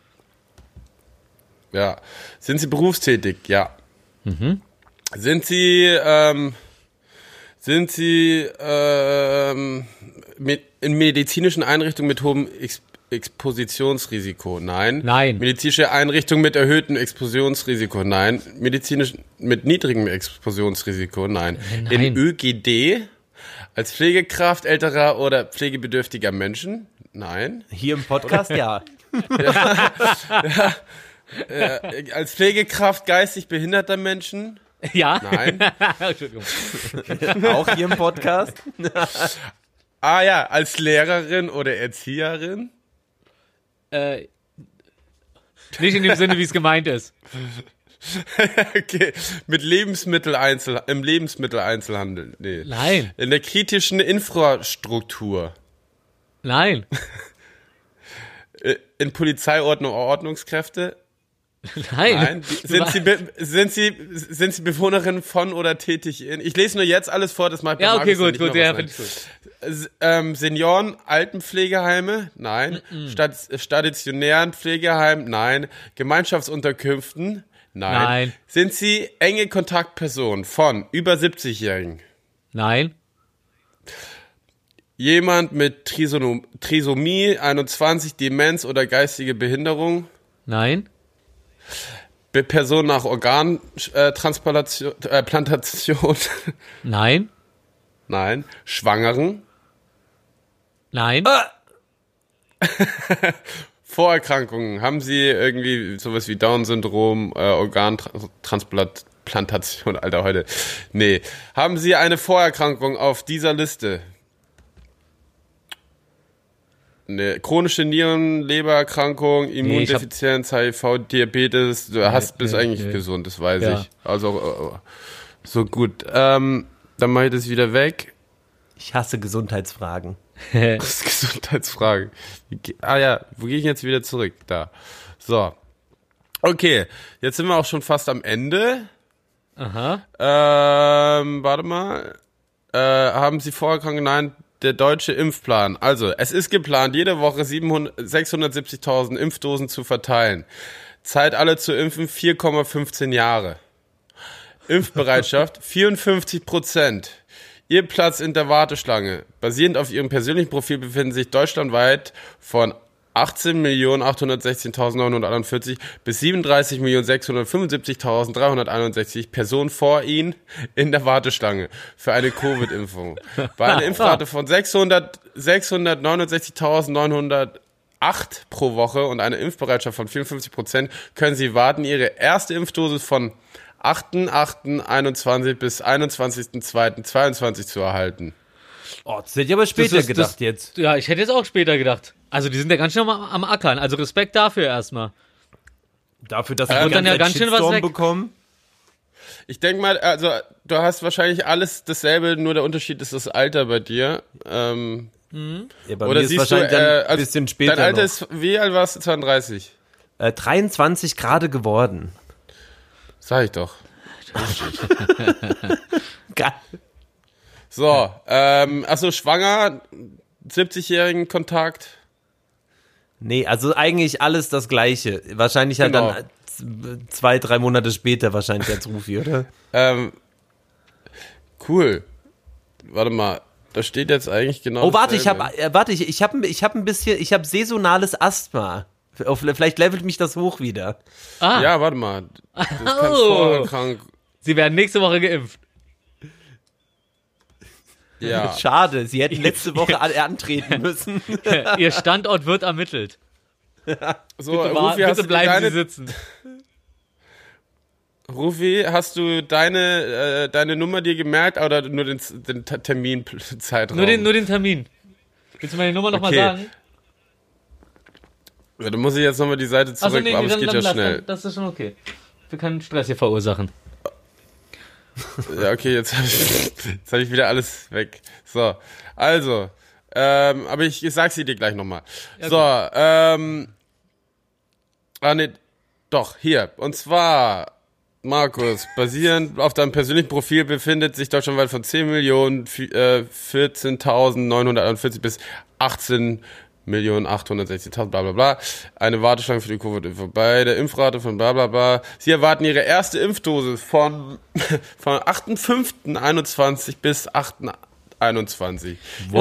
Ja. Sind Sie berufstätig? Ja. Mhm. Sind Sie in medizinischen Einrichtungen mit hohem Expositionsrisiko? Nein. Nein. Medizinische Einrichtungen mit erhöhtem Expositionsrisiko? Nein. Medizinisch mit niedrigem Expositionsrisiko? Nein. Nein. In ÖGD? Als Pflegekraft älterer oder pflegebedürftiger Menschen? Nein. hier im Podcast, ja. Als Pflegekraft geistig behinderter Menschen? Ja. Nein. Entschuldigung. Auch hier im Podcast. Ah ja, als Lehrerin oder Erzieherin? Nicht in dem Sinne, wie es gemeint ist. Okay, im Lebensmitteleinzelhandel. Nee. Nein. In der kritischen Infrastruktur. Nein. In Polizeiordnung, Ordnungskräfte? Nein. Sind Sie Bewohnerin von oder tätig in? Ich lese nur jetzt alles vor, das macht Ja, okay, gut, ja, finde ich gut. Senioren, Altenpflegeheime? Nein. Stationären Pflegeheimen? Nein. Gemeinschaftsunterkünften? Nein. Sind Sie enge Kontaktperson von über 70-Jährigen? Nein. Jemand mit Trisomie 21, Demenz oder geistige Behinderung? Nein. Person nach Organtransplantation? Nein. Nein. Schwangeren? Nein. Vorerkrankungen. Haben Sie irgendwie sowas wie Down-Syndrom, Organtransplantation, Alter, heute? Nee. Haben Sie eine Vorerkrankung auf dieser Liste? Eine chronische Lebererkrankung, Immundefizienz, HIV, Diabetes. Du bist eigentlich gesund, das weiß ich. Also, so gut. Dann mache ich das wieder weg. Ich hasse Gesundheitsfragen. Das ist Gesundheitsfrage. Wo gehe ich jetzt wieder zurück? Da. So. Okay, jetzt sind wir auch schon fast am Ende. Aha. Warte mal. Haben Sie Vorerkrankungen? Nein, der deutsche Impfplan. Also, es ist geplant, jede Woche 670.000 Impfdosen zu verteilen. Zeit alle zu impfen, 4,15 Jahre. Impfbereitschaft, 54%. Ihr Platz in der Warteschlange. Basierend auf Ihrem persönlichen Profil befinden sich deutschlandweit von 18.816.941 bis 37.675.361 Personen vor Ihnen in der Warteschlange für eine Covid-Impfung. Bei einer Impfrate von 669.908 pro Woche und einer Impfbereitschaft von 54% können Sie warten, Ihre erste Impfdosis von 8.8.21 bis 21.2.22 zu erhalten. Oh, das hätte ich aber später gedacht jetzt. Ja, ich hätte jetzt auch später gedacht. Also die sind ja ganz schön am Ackern. Also Respekt dafür erstmal. Dafür, dass wir dann ja ganz schön was weg bekommen. Ich denke mal, also du hast wahrscheinlich alles dasselbe, nur der Unterschied ist das Alter bei dir. Ja, bei oder mir ist wahrscheinlich dann ein bisschen später Dein Alter noch. ist, wie alt warst du, 32? 23 gerade geworden. Sag ich doch. Geil. So, achso, schwanger, 70-jährigen Kontakt. Nee, also eigentlich alles das Gleiche. Wahrscheinlich halt Genau. dann 2-3 Monate später wahrscheinlich als Rufi, oder? Cool. Warte mal, da steht jetzt eigentlich genau. Oh, warte, ich dasselbe. habe ein bisschen, ich habe saisonales Asthma. Vielleicht levelt mich das hoch wieder. Ja, warte mal. Das kann vorerkrank. Sie werden nächste Woche geimpft. Ja. Schade, sie hätten letzte Woche antreten müssen. Ihr Standort wird ermittelt. So, Bitte bleiben Sie sitzen. Rufi, hast du deine Nummer dir gemerkt oder nur den Terminzeitraum? Nur den Termin. Willst du meine Nummer nochmal sagen? Ja, dann muss ich jetzt nochmal die Seite zurück, aber es geht ja schnell. Das ist schon okay. Wir können Stress hier verursachen. Ja, okay, jetzt hab ich wieder alles weg. So, also, aber ich sag sie dir gleich nochmal. Okay. So, nee, doch, hier. Und zwar, Markus, basierend auf deinem persönlichen Profil befindet sich deutschlandweit von 10.014.941 bis 18.860.000, bla bla bla. Eine Warteschlange für die Covid vorbei, der Impfrate von bla bla bla. Sie erwarten ihre erste Impfdosis von 8.5.21 bis 8.21.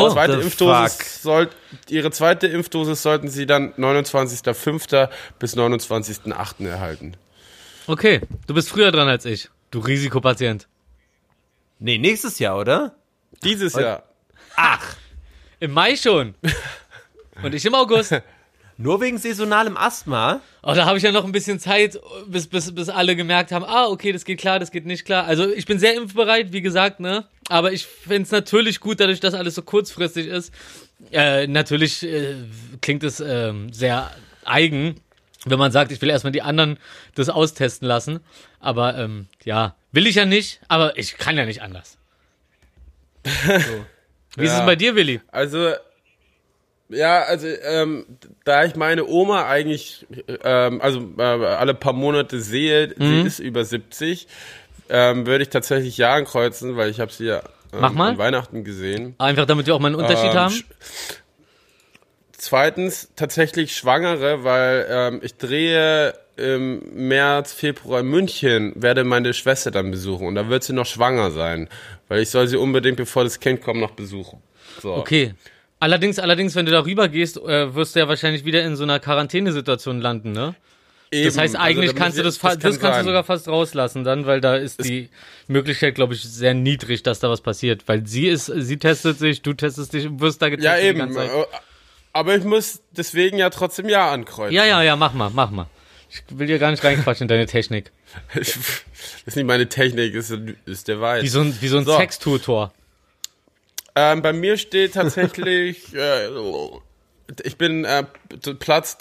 Ihre zweite Impfdosis sollten sie dann 29.05. bis 29.08. erhalten. Okay, du bist früher dran als ich, du Risikopatient. Nee, nächstes Jahr, oder? Dieses Jahr. Ach, im Mai schon. Und ich im August. nur wegen saisonalem Asthma? Oh, da habe ich ja noch ein bisschen Zeit, bis alle gemerkt haben, okay, das geht klar, das geht nicht klar. Also ich bin sehr impfbereit, wie gesagt, ne? Aber ich finde es natürlich gut, dadurch, dass alles so kurzfristig ist. Natürlich klingt es sehr eigen, wenn man sagt, ich will erstmal die anderen das austesten lassen. Aber ja, will ich ja nicht, aber ich kann ja nicht anders. So. Wie ist es bei dir, Willi? Also, ja, da ich meine Oma eigentlich, alle paar Monate sehe, sie ist über 70, würde ich tatsächlich Ja ankreuzen, weil ich habe sie ja an Weihnachten gesehen. Einfach damit wir auch mal einen Unterschied haben? Zweitens, tatsächlich Schwangere, weil ich drehe im März, Februar in München, werde meine Schwester dann besuchen und da wird sie noch schwanger sein, weil ich soll sie unbedingt, bevor das Kind kommt, noch besuchen. So. Okay. Allerdings, wenn du darüber gehst, wirst du ja wahrscheinlich wieder in so einer Quarantänesituation landen, ne? Eben, das heißt, eigentlich kannst du das kannst du sogar fast rauslassen dann, weil da ist die Möglichkeit, glaube ich, sehr niedrig, dass da was passiert, weil sie testet sich, du testest dich und wirst da getestet. Ja, eben. Die ganze Zeit. Aber ich muss deswegen ja trotzdem Ja ankreuzen. Ja, mach mal. Ich will dir gar nicht reinquatschen in deine Technik. Das ist nicht meine Technik, ist der Weiß. Wie so ein Sextutor. Bei mir steht tatsächlich, ich bin Platz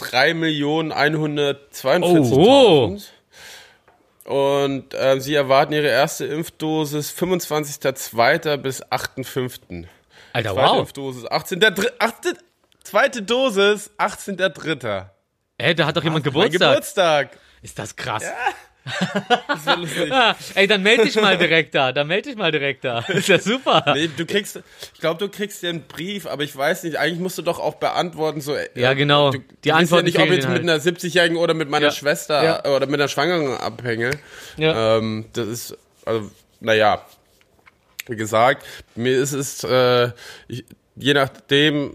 3.142.000. Und sie erwarten ihre erste Impfdosis 25.02. bis 8.05. Alter, Zweite wow. Impfdosis, zweite Dosis, 18.03. Da hat doch jemand Geburtstag. Mein Geburtstag. Ist das krass. Ja. Das war lustig. Ey, dann melde dich mal direkt da. Ist ja super. Nee, ich glaube, du kriegst ja einen Brief, aber ich weiß nicht, eigentlich musst du doch auch beantworten, so. Ja, genau. Die Antwort nicht, ob ich jetzt mit einer 70-Jährigen oder mit meiner Schwester oder mit einer Schwangeren abhänge. Ja. Das ist, also, naja. Wie gesagt, mir ist es, je nachdem,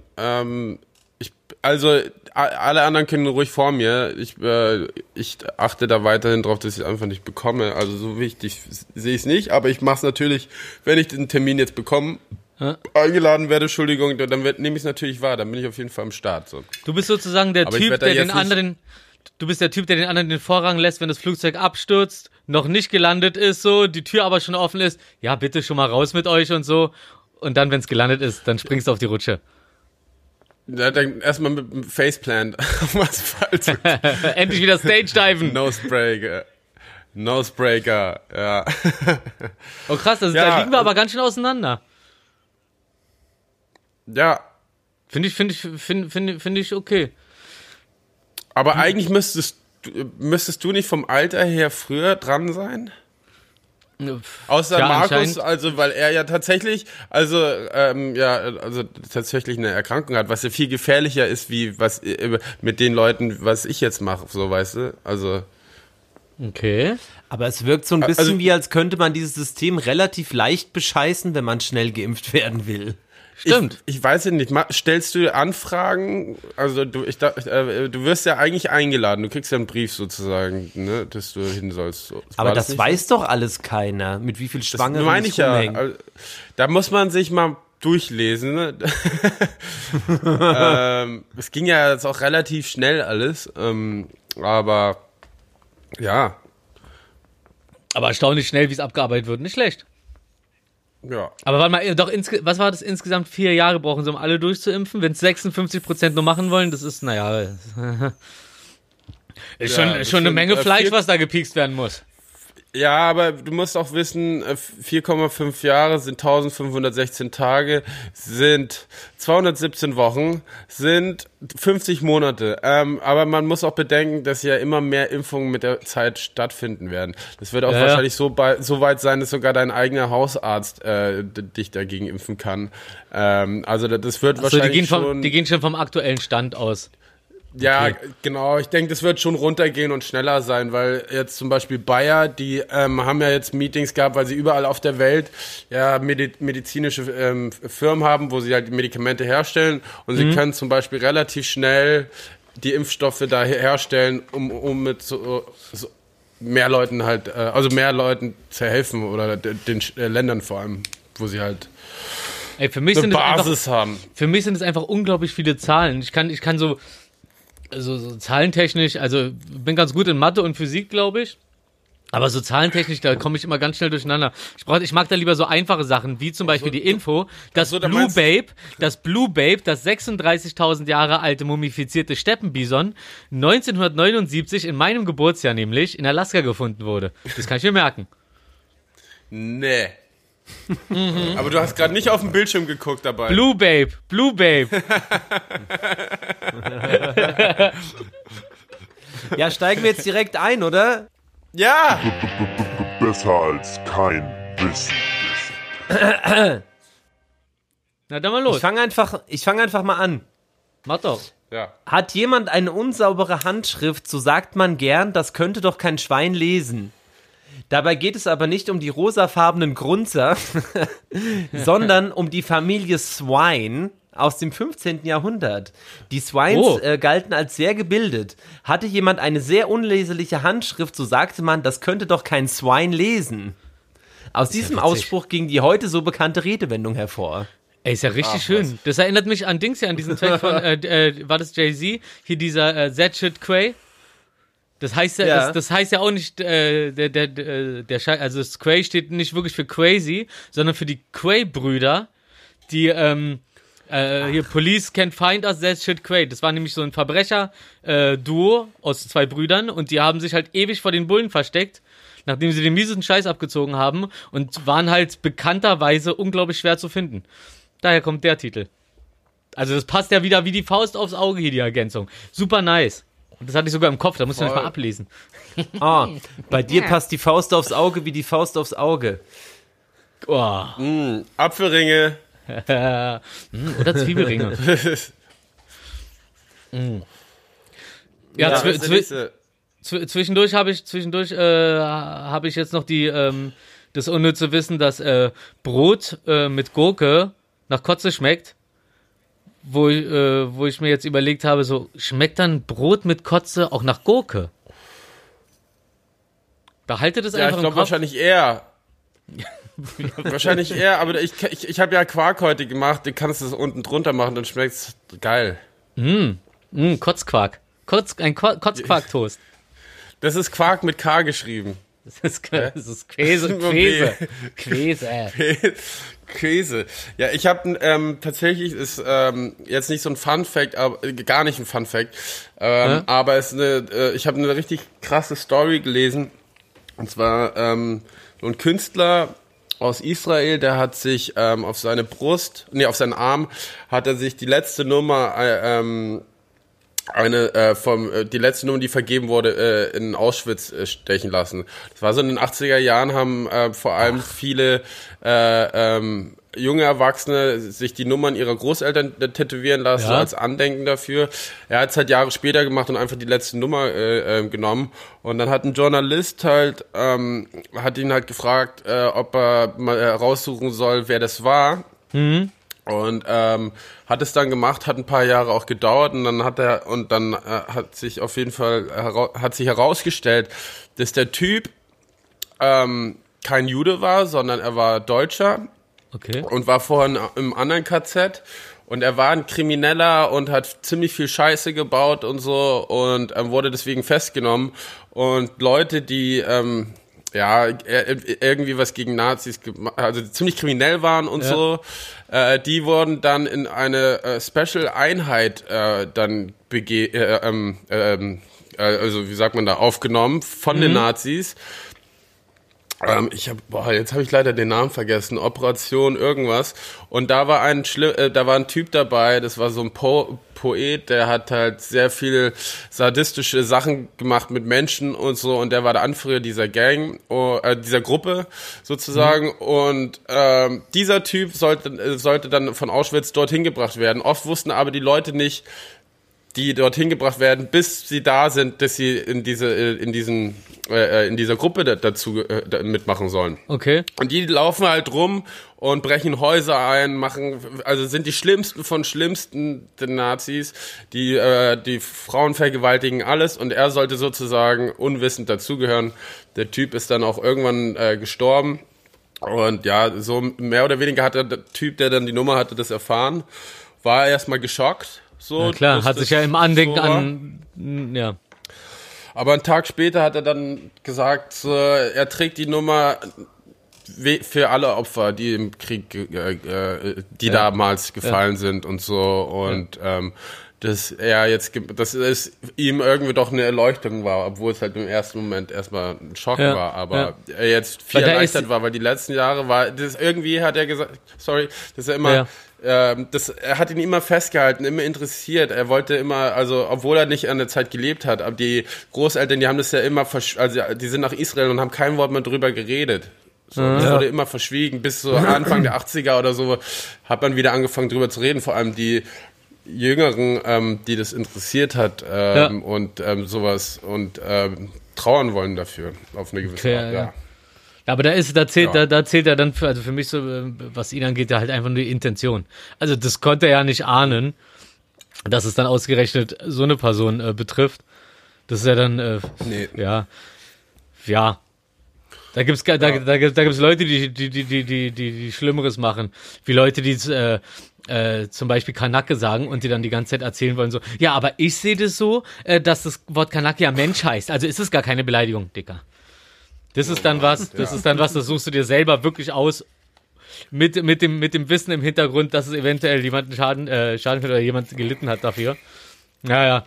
alle anderen können ruhig vor mir. Ich achte da weiterhin drauf, dass ich es einfach nicht bekomme. Also so wichtig sehe ich es nicht. Aber ich mache es natürlich, wenn ich den Termin jetzt bekomme, eingeladen werde, Entschuldigung, dann nehme ich es natürlich wahr. Dann bin ich auf jeden Fall am Start. So. Du bist sozusagen der Typ, der den anderen den Vorrang lässt, wenn das Flugzeug abstürzt, noch nicht gelandet ist, so, die Tür aber schon offen ist. Ja, bitte schon mal raus mit euch und so. Und dann, wenn es gelandet ist, dann springst du auf die Rutsche. Ja, dann erstmal mit dem Faceplant auf dem Asphalt. Endlich wieder Stage-Diven. Nosebreaker, ja. Oh krass, da liegen wir aber ganz schön auseinander. Ja. Finde ich okay. Aber eigentlich müsstest du nicht vom Alter her früher dran sein? Außer ja, Markus, also weil er ja tatsächlich, tatsächlich eine Erkrankung hat, was ja viel gefährlicher ist, wie was mit den Leuten, was ich jetzt mache, so weißt du, also. Okay. Aber es wirkt so ein bisschen wie, als könnte man dieses System relativ leicht bescheißen, wenn man schnell geimpft werden will. Stimmt. Ich weiß ja nicht, stellst du Anfragen, also du wirst ja eigentlich eingeladen, du kriegst ja einen Brief sozusagen, ne, dass du hin sollst. Aber das weiß doch alles keiner, mit wie viel Schwangeren meine ich ja. Also, da muss man sich mal durchlesen. Ne? Es ging ja jetzt auch relativ schnell alles, aber ja. Aber erstaunlich schnell, wie es abgearbeitet wird, nicht schlecht. Ja. Aber warte mal, doch, was war das insgesamt? 4 Jahre brauchen sie, um alle durchzuimpfen? Wenn es 56% nur machen wollen, das ist, ist schon eine Menge Fleisch, was da gepiekst werden muss. Ja, aber du musst auch wissen, 4,5 Jahre sind 1516 Tage, sind 217 Wochen, sind 50 Monate. Aber man muss auch bedenken, dass ja immer mehr Impfungen mit der Zeit stattfinden werden. Das wird auch wahrscheinlich so weit sein, dass sogar dein eigener Hausarzt dich dagegen impfen kann. Also das wird wahrscheinlich die gehen schon vom aktuellen Stand aus. Ja, okay. Genau. Ich denke, das wird schon runtergehen und schneller sein, weil jetzt zum Beispiel Bayer, die haben ja jetzt Meetings gehabt, weil sie überall auf der Welt ja medizinische Firmen haben, wo sie halt die Medikamente herstellen und sie können zum Beispiel relativ schnell die Impfstoffe da herstellen, um mit so mehr Leuten halt, mehr Leuten zu helfen oder den Ländern vor allem, wo sie halt für mich eine Basis haben. Für mich sind es einfach unglaublich viele Zahlen. Ich kann so zahlentechnisch, also bin ganz gut in Mathe und Physik, glaube ich. Aber so zahlentechnisch, da komme ich immer ganz schnell durcheinander. Ich mag da lieber so einfache Sachen, wie zum Beispiel die Info, das Blue Babe, das 36.000 Jahre alte mumifizierte Steppenbison 1979 in meinem Geburtsjahr nämlich in Alaska gefunden wurde. Das kann ich mir merken. Nee. Aber du hast gerade nicht auf den Bildschirm geguckt dabei. Blue Babe. Ja, steigen wir jetzt direkt ein, oder? Ja! Besser als kein Wissen. Na dann mal los. Ich fang einfach mal an. Mach doch. Ja. Hat jemand eine unsaubere Handschrift, so sagt man gern, das könnte doch kein Schwein lesen. Dabei geht es aber nicht um die rosafarbenen Grunzer, sondern um die Familie Swine aus dem 15. Jahrhundert. Die Swines galten als sehr gebildet. Hatte jemand eine sehr unleserliche Handschrift, so sagte man, das könnte doch kein Swine lesen. Aus diesem Ausspruch ging die heute so bekannte Redewendung hervor. Ey, ist ja richtig schön. Das erinnert mich an Dings hier, an diesen Track von, war das Jay-Z? Hier dieser That Shit Quay. Das heißt ja, das heißt ja auch nicht, also das Quay steht nicht wirklich für crazy, sondern für die Quay-Brüder, die, hier, Police can't find us, that shit Quay. Das war nämlich so ein Verbrecher-Duo aus 2 Brüdern und die haben sich halt ewig vor den Bullen versteckt, nachdem sie den miesesten Scheiß abgezogen haben und waren halt bekannterweise unglaublich schwer zu finden. Daher kommt der Titel. Also das passt ja wieder wie die Faust aufs Auge hier, die Ergänzung. Super nice. Das hatte ich sogar im Kopf, da musst du nicht mal ablesen. Bei dir passt die Faust aufs Auge wie die Faust aufs Auge. Oh. Apfelringe. Oder Zwiebelringe. Ja, zwischendurch habe ich jetzt noch das unnütze Wissen, dass Brot mit Gurke nach Kotze schmeckt. Wo ich mir jetzt überlegt habe, so, schmeckt dann Brot mit Kotze auch nach Gurke? Behaltet es einfach im Kopf. Ich glaube wahrscheinlich eher. Wahrscheinlich eher, aber ich habe ja Quark heute gemacht, du kannst es unten drunter machen, dann schmeckt's geil. Kotzquark. Kotzquark-Toast. Das ist Quark mit K geschrieben. Das ist Käse. Käse. Ja, ich habe tatsächlich ist jetzt nicht so ein Fun Fact, aber gar nicht ein Fun Fact, aber es ist ich habe eine richtig krasse Story gelesen, und zwar so ein Künstler aus Israel, der hat sich auf seine auf seinen Arm hat er sich die letzte Nummer die letzte Nummer, die vergeben wurde, in Auschwitz stechen lassen. Das war so in den 80er Jahren, haben vor allem viele junge Erwachsene sich die Nummern ihrer Großeltern tätowieren lassen, als Andenken dafür. Er hat es halt Jahre später gemacht und einfach die letzte Nummer genommen. Und dann hat ein Journalist hat ihn halt gefragt, ob er mal heraussuchen soll, wer das war. Mhm. Und hat es dann gemacht, hat ein paar Jahre auch gedauert, und dann hat sich auf jeden Fall herausgestellt, dass der Typ kein Jude war, sondern er war Deutscher. Okay. Und war vorher im anderen KZ, und er war ein Krimineller und hat ziemlich viel Scheiße gebaut und so, und wurde deswegen festgenommen. Und Leute, die irgendwie was gegen Nazis also ziemlich kriminell waren und so, die wurden dann in eine Special-Einheit dann also wie sagt man da, aufgenommen von den Nazis. Jetzt habe ich leider den Namen vergessen, Operation irgendwas, und da war ein Typ dabei, das war so ein Poet, der hat halt sehr viel sadistische Sachen gemacht mit Menschen und so, und der war der Anführer dieser Gang, dieser Gruppe sozusagen, und dieser Typ sollte dann von Auschwitz dorthin gebracht werden. Oft wussten aber die Leute nicht, die dorthin gebracht werden, bis sie da sind, dass sie in dieser Gruppe dazu mitmachen sollen. Okay. Und die laufen halt rum und brechen Häuser ein, sind die schlimmsten von schlimmsten den Nazis, die Frauen vergewaltigen, alles, und er sollte sozusagen unwissend dazugehören. Der Typ ist dann auch irgendwann gestorben, und ja, so mehr oder weniger hat der Typ, der dann die Nummer hatte, das erfahren, war erstmal geschockt. So, ja, klar, hat sich ja im Andenken so Aber einen Tag später hat er dann gesagt, er trägt die Nummer für alle Opfer, die im Krieg, damals gefallen sind und so, und dass es ihm irgendwie doch eine Erleuchtung war, obwohl es halt im ersten Moment erstmal ein Schock war, aber er jetzt viel erleichtert war, weil die letzten Jahre hat er gesagt, dass er immer er hat ihn immer festgehalten, immer interessiert. Er wollte immer, also obwohl er nicht an der Zeit gelebt hat, aber die Großeltern, die haben das ja immer, die sind nach Israel und haben kein Wort mehr drüber geredet. So, das wurde immer verschwiegen, bis so Anfang der 80er oder so hat man wieder angefangen drüber zu reden, vor allem die Jüngeren, die das interessiert hat und sowas und trauern wollen dafür auf eine gewisse Art, ja. Aber da zählt er dann für mich so, was ihn angeht, halt einfach nur die Intention. Also das konnte er ja nicht ahnen, dass es dann ausgerechnet so eine Person betrifft. Das ist ja dann, ja. Da gibt's Leute, die Schlimmeres machen. Wie Leute, die zum Beispiel Kanake sagen und die dann die ganze Zeit erzählen wollen so, ja, aber ich sehe das so, dass das Wort Kanake ja Mensch heißt. Also ist es gar keine Beleidigung, Dicker. Das ist dann was, das suchst du dir selber wirklich aus, mit dem Wissen im Hintergrund, dass es eventuell jemanden Schaden hat oder jemand gelitten hat dafür. Naja,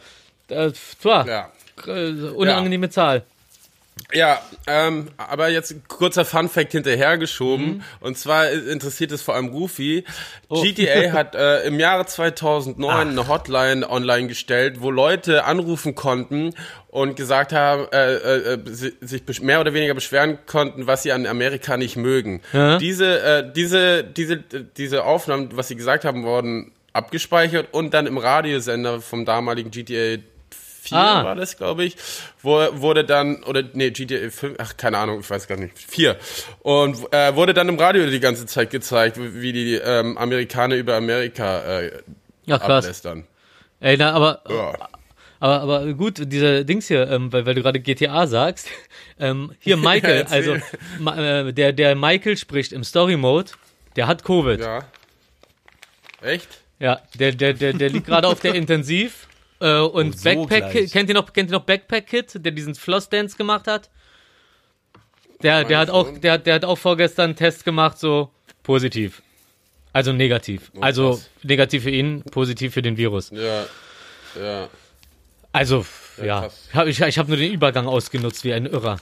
unangenehme Zahl. Ja, aber jetzt ein kurzer Funfact hinterhergeschoben. Und zwar interessiert es vor allem Rufi. GTA hat im Jahre 2009 eine Hotline online gestellt, wo Leute anrufen konnten und gesagt haben, sich mehr oder weniger beschweren konnten, was sie an Amerika nicht mögen. Ja. Diese Aufnahmen, was sie gesagt haben, wurden abgespeichert und dann im Radiosender vom damaligen GTA 4 war das, glaube ich, wurde dann, GTA 5, keine Ahnung, ich weiß gar nicht, 4. Und wurde dann im Radio die ganze Zeit gezeigt, wie die Amerikaner über Amerika ablästern. Ey, aber gut, dieser Dings hier, weil du gerade GTA sagst, hier Michael, also der Michael spricht im Story-Mode, der hat Covid. Ja. Echt? Ja, der liegt gerade auf der Intensiv. Und so Backpack, gleich. kennt ihr noch Backpack Kid, der diesen Floss-Dance gemacht hat? Der hat auch vorgestern einen Test gemacht, so positiv. Also negativ. Oh, also krass. negativ für ihn, positiv für den Virus. Ja. Also, Ja, ja. Ich hab nur den Übergang ausgenutzt wie ein Irrer.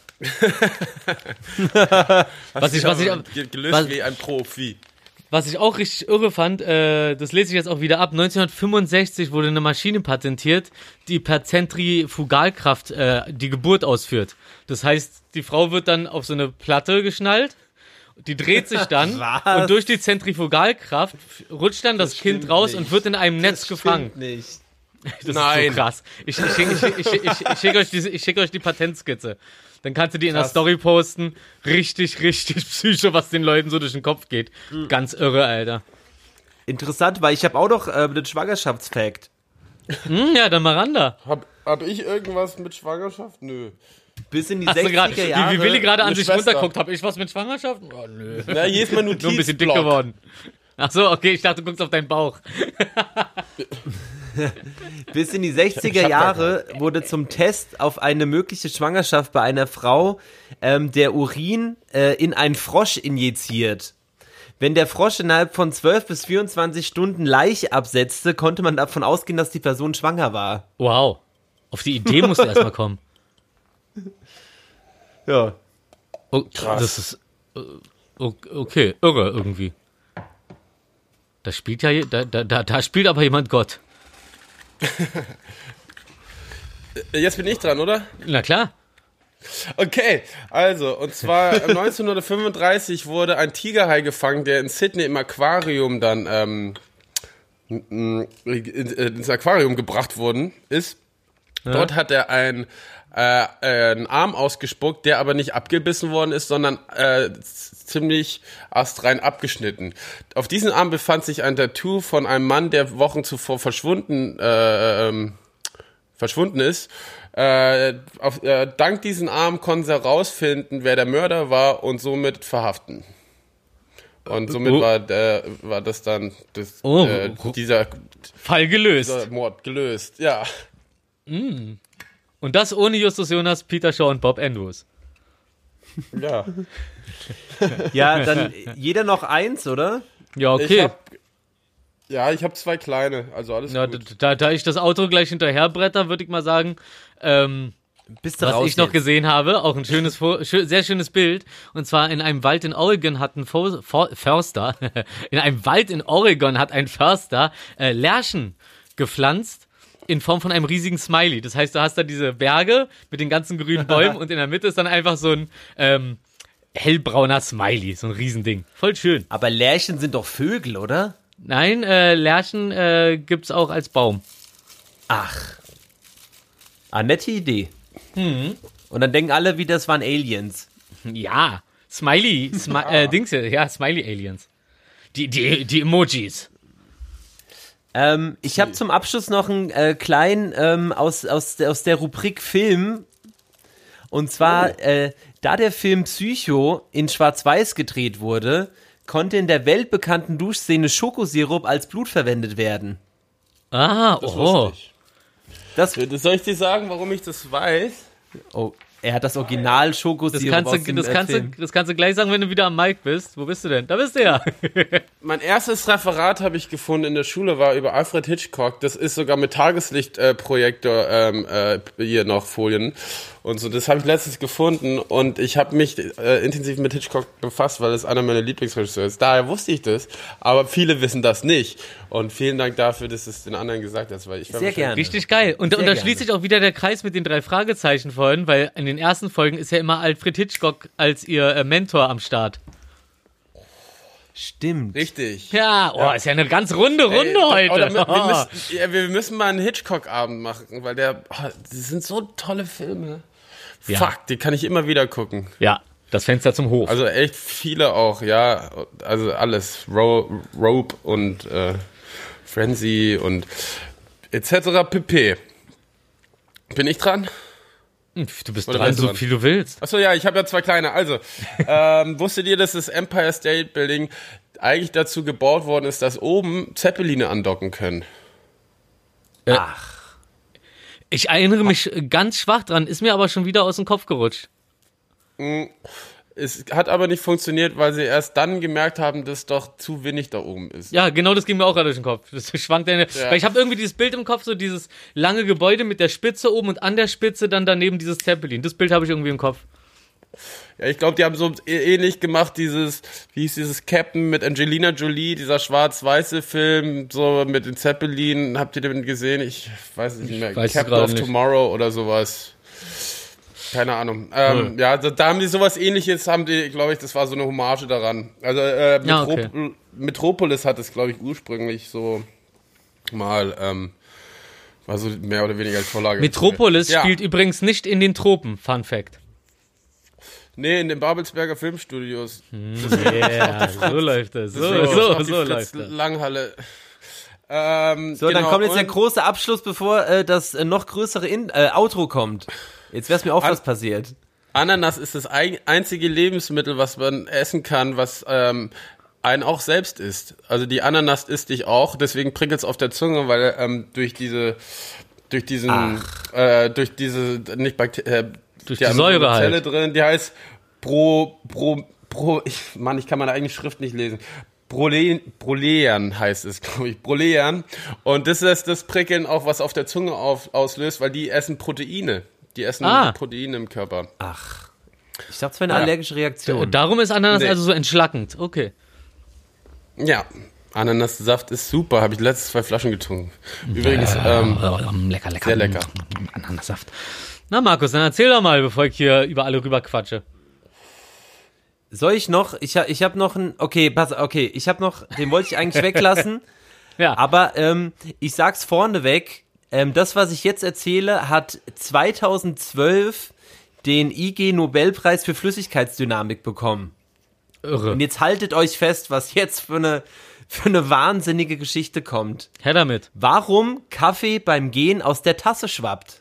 was ich gelöst wie ein Profi. Was ich auch richtig irre fand, das lese ich jetzt auch wieder ab, 1965 wurde eine Maschine patentiert, die per Zentrifugalkraft die Geburt ausführt. Das heißt, die Frau wird dann auf so eine Platte geschnallt, die dreht sich dann Was? und durch die Zentrifugalkraft rutscht dann das Kind stimmt raus nicht. und wird in einem Netz gefangen. Nicht. Das Nein. ist so krass. Ich schicke euch die Patentskizze. Dann kannst du die in der Krass. Story posten. Richtig, richtig psycho, was den Leuten so durch den Kopf geht. Ganz irre, Alter. Interessant, weil ich habe auch noch den Schwangerschaftsfakt. Ja, dann Miranda. Hab ich irgendwas mit Schwangerschaft? Nö. Bis in die Hast du 60er Jahre. wie Willi gerade an eine sich Schwester. runterguckt, hab ich was mit Schwangerschaft? Oh, nö. Na, hier ist mein Notizblock. Nur ein bisschen dick geworden. Ach so, okay, ich dachte, du guckst auf deinen Bauch. Bis in die 60er Jahre wurde zum Test auf eine mögliche Schwangerschaft bei einer Frau der Urin in einen Frosch injiziert. Wenn der Frosch innerhalb von 12 bis 24 Stunden Laich absetzte, konnte man davon ausgehen, dass die Person schwanger war. Wow. Auf die Idee musst du erstmal kommen. Ja. Oh, Krass. das ist okay, irre irgendwie. Da spielt ja da spielt aber jemand Gott. Jetzt bin ich dran, oder? Na klar. Okay, also, und zwar 1935 wurde ein Tigerhai gefangen, der in Sydney im Aquarium dann ins Aquarium gebracht worden ist. Dort hat er einen Arm ausgespuckt, der aber nicht abgebissen worden ist, sondern ziemlich astrein abgeschnitten. Auf diesem Arm befand sich ein Tattoo von einem Mann, der Wochen zuvor verschwunden ist. Dank diesem Arm konnten sie herausfinden, wer der Mörder war und somit verhaften. Und somit war das dann dieser Fall gelöst. Mord gelöst. Ja. Und das ohne Justus Jonas, Peter Shaw und Bob Andrews. Ja. Ja, dann jeder noch eins, oder? Ja, okay. Ich habe zwei kleine, also alles Ja, gut. da ich das Auto gleich hinterherbretter, würde ich mal sagen, Bist du was raus ich noch jetzt? gesehen habe, auch ein sehr schönes Bild. Und zwar in einem Wald in Oregon hat ein Förster, in einem Wald in Oregon hat ein Förster Lärchen gepflanzt in Form von einem riesigen Smiley. Das heißt, du hast da diese Berge mit den ganzen grünen Bäumen und in der Mitte ist dann einfach so ein hellbrauner Smiley, so ein Riesending. Voll schön. Aber Lärchen sind doch Vögel, oder? Nein, Lärchen gibt's auch als Baum. Ach. Nette Idee. Und dann denken alle wieder, es waren Aliens. Ja, Dings hier, ja, Smiley-Aliens. Die Emojis. Ich habe zum Abschluss noch einen kleinen aus der Rubrik Film. Und zwar, da der Film Psycho in Schwarz-Weiß gedreht wurde, konnte in der weltbekannten Duschszene Schokosirup als Blut verwendet werden. Ah, Das oh. wusste ich. Das, Soll ich dir sagen, warum ich das weiß? oh, er hat das Original Das Schokosirup kannst, aus dem Film. das kannst du gleich sagen, wenn du wieder am Mic bist. Wo bist du denn? Da bist du ja. Mein erstes Referat habe ich gefunden in der Schule, war über Alfred Hitchcock. Das ist sogar mit Tageslichtprojektor hier noch Folien und so. Das habe ich letztens gefunden und ich habe mich intensiv mit Hitchcock befasst, weil es einer meiner Lieblingsregisseure ist. Daher wusste ich das, aber viele wissen das nicht. Und vielen Dank dafür, dass es den anderen gesagt hast, weil ich war Sehr wahrscheinlich- gerne. Richtig geil. Und da Sehr schließt sich auch wieder der Kreis mit den 3 Fragezeichen vorhin, weil in den ersten Folgen ist ja immer Alfred Hitchcock als ihr Mentor am Start. Stimmt. Richtig. Ja, ist ja eine ganz runde Runde Ey, heute. wir müssen mal einen Hitchcock-Abend machen, weil das sind so tolle Filme. Ja. Fuck, die kann ich immer wieder gucken. Ja, das Fenster zum Hof. Also echt viele auch, ja. Also alles. Rope und Frenzy und etc. pp. Bin ich dran? Du bist Oder dran, weißt du so wann? viel du willst. Achso, ja, ich habe ja zwei kleine. Also, wusstet ihr, dass das Empire State Building eigentlich dazu gebaut worden ist, dass oben Zeppeline andocken können? Ach. Ich erinnere mich ganz schwach dran, ist mir aber schon wieder aus dem Kopf gerutscht. Es hat aber nicht funktioniert, weil sie erst dann gemerkt haben, dass doch zu wenig da oben ist. Ja, genau, das ging mir auch gerade durch den Kopf. Das schwankt ja. Weil ich habe irgendwie dieses Bild im Kopf, so dieses lange Gebäude mit der Spitze oben und an der Spitze dann daneben dieses Zeppelin. Das Bild habe ich irgendwie im Kopf. Ja, ich glaube, die haben so ähnlich gemacht, wie hieß dieses Captain mit Angelina Jolie, dieser schwarz-weiße Film, so mit den Zeppelin. Habt ihr den gesehen? Ich weiß nicht mehr. Captain of nicht. Tomorrow oder sowas. Keine Ahnung. Ja, da haben die sowas Ähnliches, glaube ich, das war so eine Hommage daran. Also Metropolis hat es, glaube ich, ursprünglich so mal, war so mehr oder weniger als Vorlage. Metropolis spielt übrigens nicht in den Tropen, Fun Fact. Nee, in den Babelsberger Filmstudios. Yeah, so läuft das. So läuft das. Langhalle. Dann kommt jetzt der große Abschluss, bevor das noch größere Outro kommt. Jetzt wär's mir auch was passiert. Ananas ist das einzige Lebensmittel, was man essen kann, was einen auch selbst isst. Also die Ananas isst dich auch, deswegen prickelt's auf der Zunge, weil durch die Säure Zelle halt drin, die heißt ich kann meine eigene Schrift nicht lesen. Brolean heißt es, glaube ich. Brolean. Und das ist das Prickeln auch, was auf der Zunge auslöst, weil die essen Proteine. Die essen Proteine im Körper. Ach. Ich dachte, es wäre eine allergische Reaktion. Darum ist Ananas also so entschlackend. Okay. Ja. Ananassaft ist super. Habe ich letztes 2 Flaschen getrunken. Übrigens, lecker. Sehr lecker. Ananassaft. Na, Markus, dann erzähl doch mal, bevor ich hier über alle rüber quatsche. Soll ich noch? Ich habe noch einen. Okay, ich habe noch. Den wollte ich eigentlich weglassen. Ja. Aber ich sag's vorneweg. Das, was ich jetzt erzähle, hat 2012 den IG Nobelpreis für Flüssigkeitsdynamik bekommen. Irre. Und jetzt haltet euch fest, was jetzt für eine wahnsinnige Geschichte kommt. Her damit. Warum Kaffee beim Gehen aus der Tasse schwappt?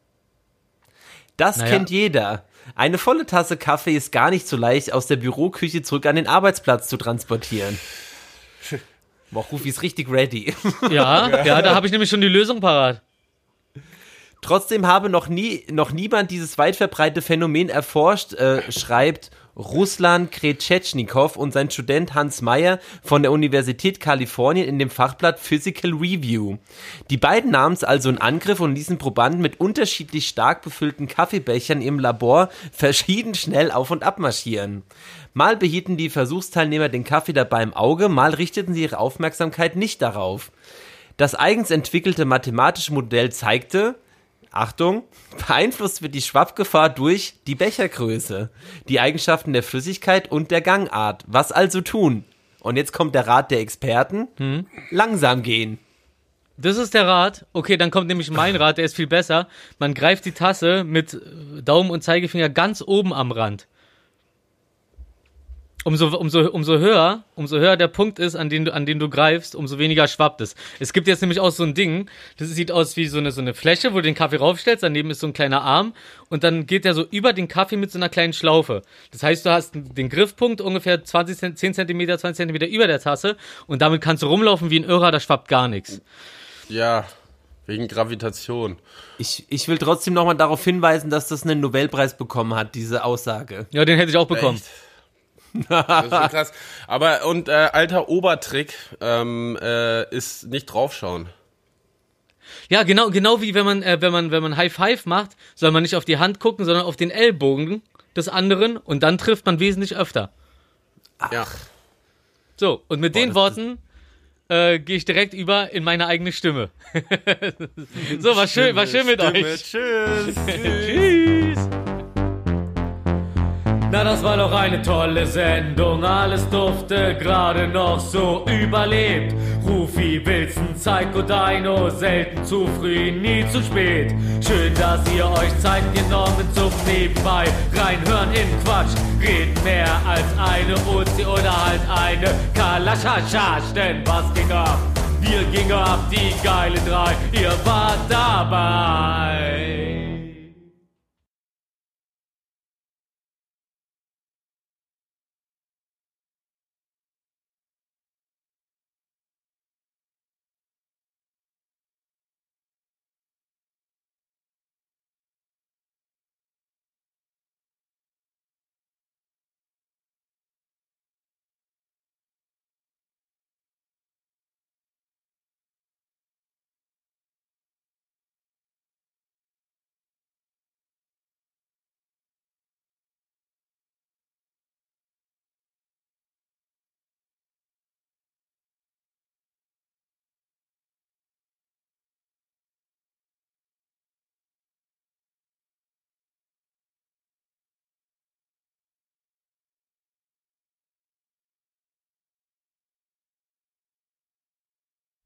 Das kennt jeder. Eine volle Tasse Kaffee ist gar nicht so leicht aus der Büroküche zurück an den Arbeitsplatz zu transportieren. Boah, Rufi ist richtig ready. Ja, da habe ich nämlich schon die Lösung parat. Trotzdem habe noch niemand dieses weit verbreitete Phänomen erforscht, schreibt Ruslan Kretschetschnikow und sein Student Hans Meyer von der Universität Kalifornien in dem Fachblatt Physical Review. Die beiden nahmen es also in Angriff und ließen Probanden mit unterschiedlich stark befüllten Kaffeebechern im Labor verschieden schnell auf und ab marschieren. Mal behielten die Versuchsteilnehmer den Kaffee dabei im Auge, mal richteten sie ihre Aufmerksamkeit nicht darauf. Das eigens entwickelte mathematische Modell zeigte, Achtung, beeinflusst wird die Schwappgefahr durch die Bechergröße, die Eigenschaften der Flüssigkeit und der Gangart. Was also tun? Und jetzt kommt der Rat der Experten. Langsam gehen. Das ist der Rat. Okay, dann kommt nämlich mein Rat, der ist viel besser. Man greift die Tasse mit Daumen und Zeigefinger ganz oben am Rand. Umso höher der Punkt ist, an den du greifst, umso weniger schwappt es. Es gibt jetzt nämlich auch so ein Ding, das sieht aus wie so eine Fläche, wo du den Kaffee raufstellst, daneben ist so ein kleiner Arm und dann geht der so über den Kaffee mit so einer kleinen Schlaufe. Das heißt, du hast den Griffpunkt ungefähr 10 cm, 20 cm über der Tasse und damit kannst du rumlaufen wie ein Irrer, da schwappt gar nichts. Ja, wegen Gravitation. Ich will trotzdem nochmal darauf hinweisen, dass das einen Nobelpreis bekommen hat, diese Aussage. Ja, den hätte ich auch bekommen. Echt? Das ist schon krass. Aber, alter Obertrick, ist nicht draufschauen. Ja, genau wie wenn man High Five macht, soll man nicht auf die Hand gucken, sondern auf den Ellbogen des anderen und dann trifft man wesentlich öfter. Ach. Ja. So, und mit den Worten gehe ich direkt über in meine eigene Stimme. So, war schön mit euch. Tschüss. Tschüss. Na, das war doch eine tolle Sendung, alles durfte gerade noch so überlebt. Rufi, Wilson, Psycho, Dino, selten zu früh, nie zu spät. Schön, dass ihr euch Zeit genommen zum Nebenbei reinhören in Quatsch. Reden mehr als eine Uzi oder halt eine Kalaschaschasch, denn was ging ab? Wir gingen ab, die geile 3, ihr wart dabei.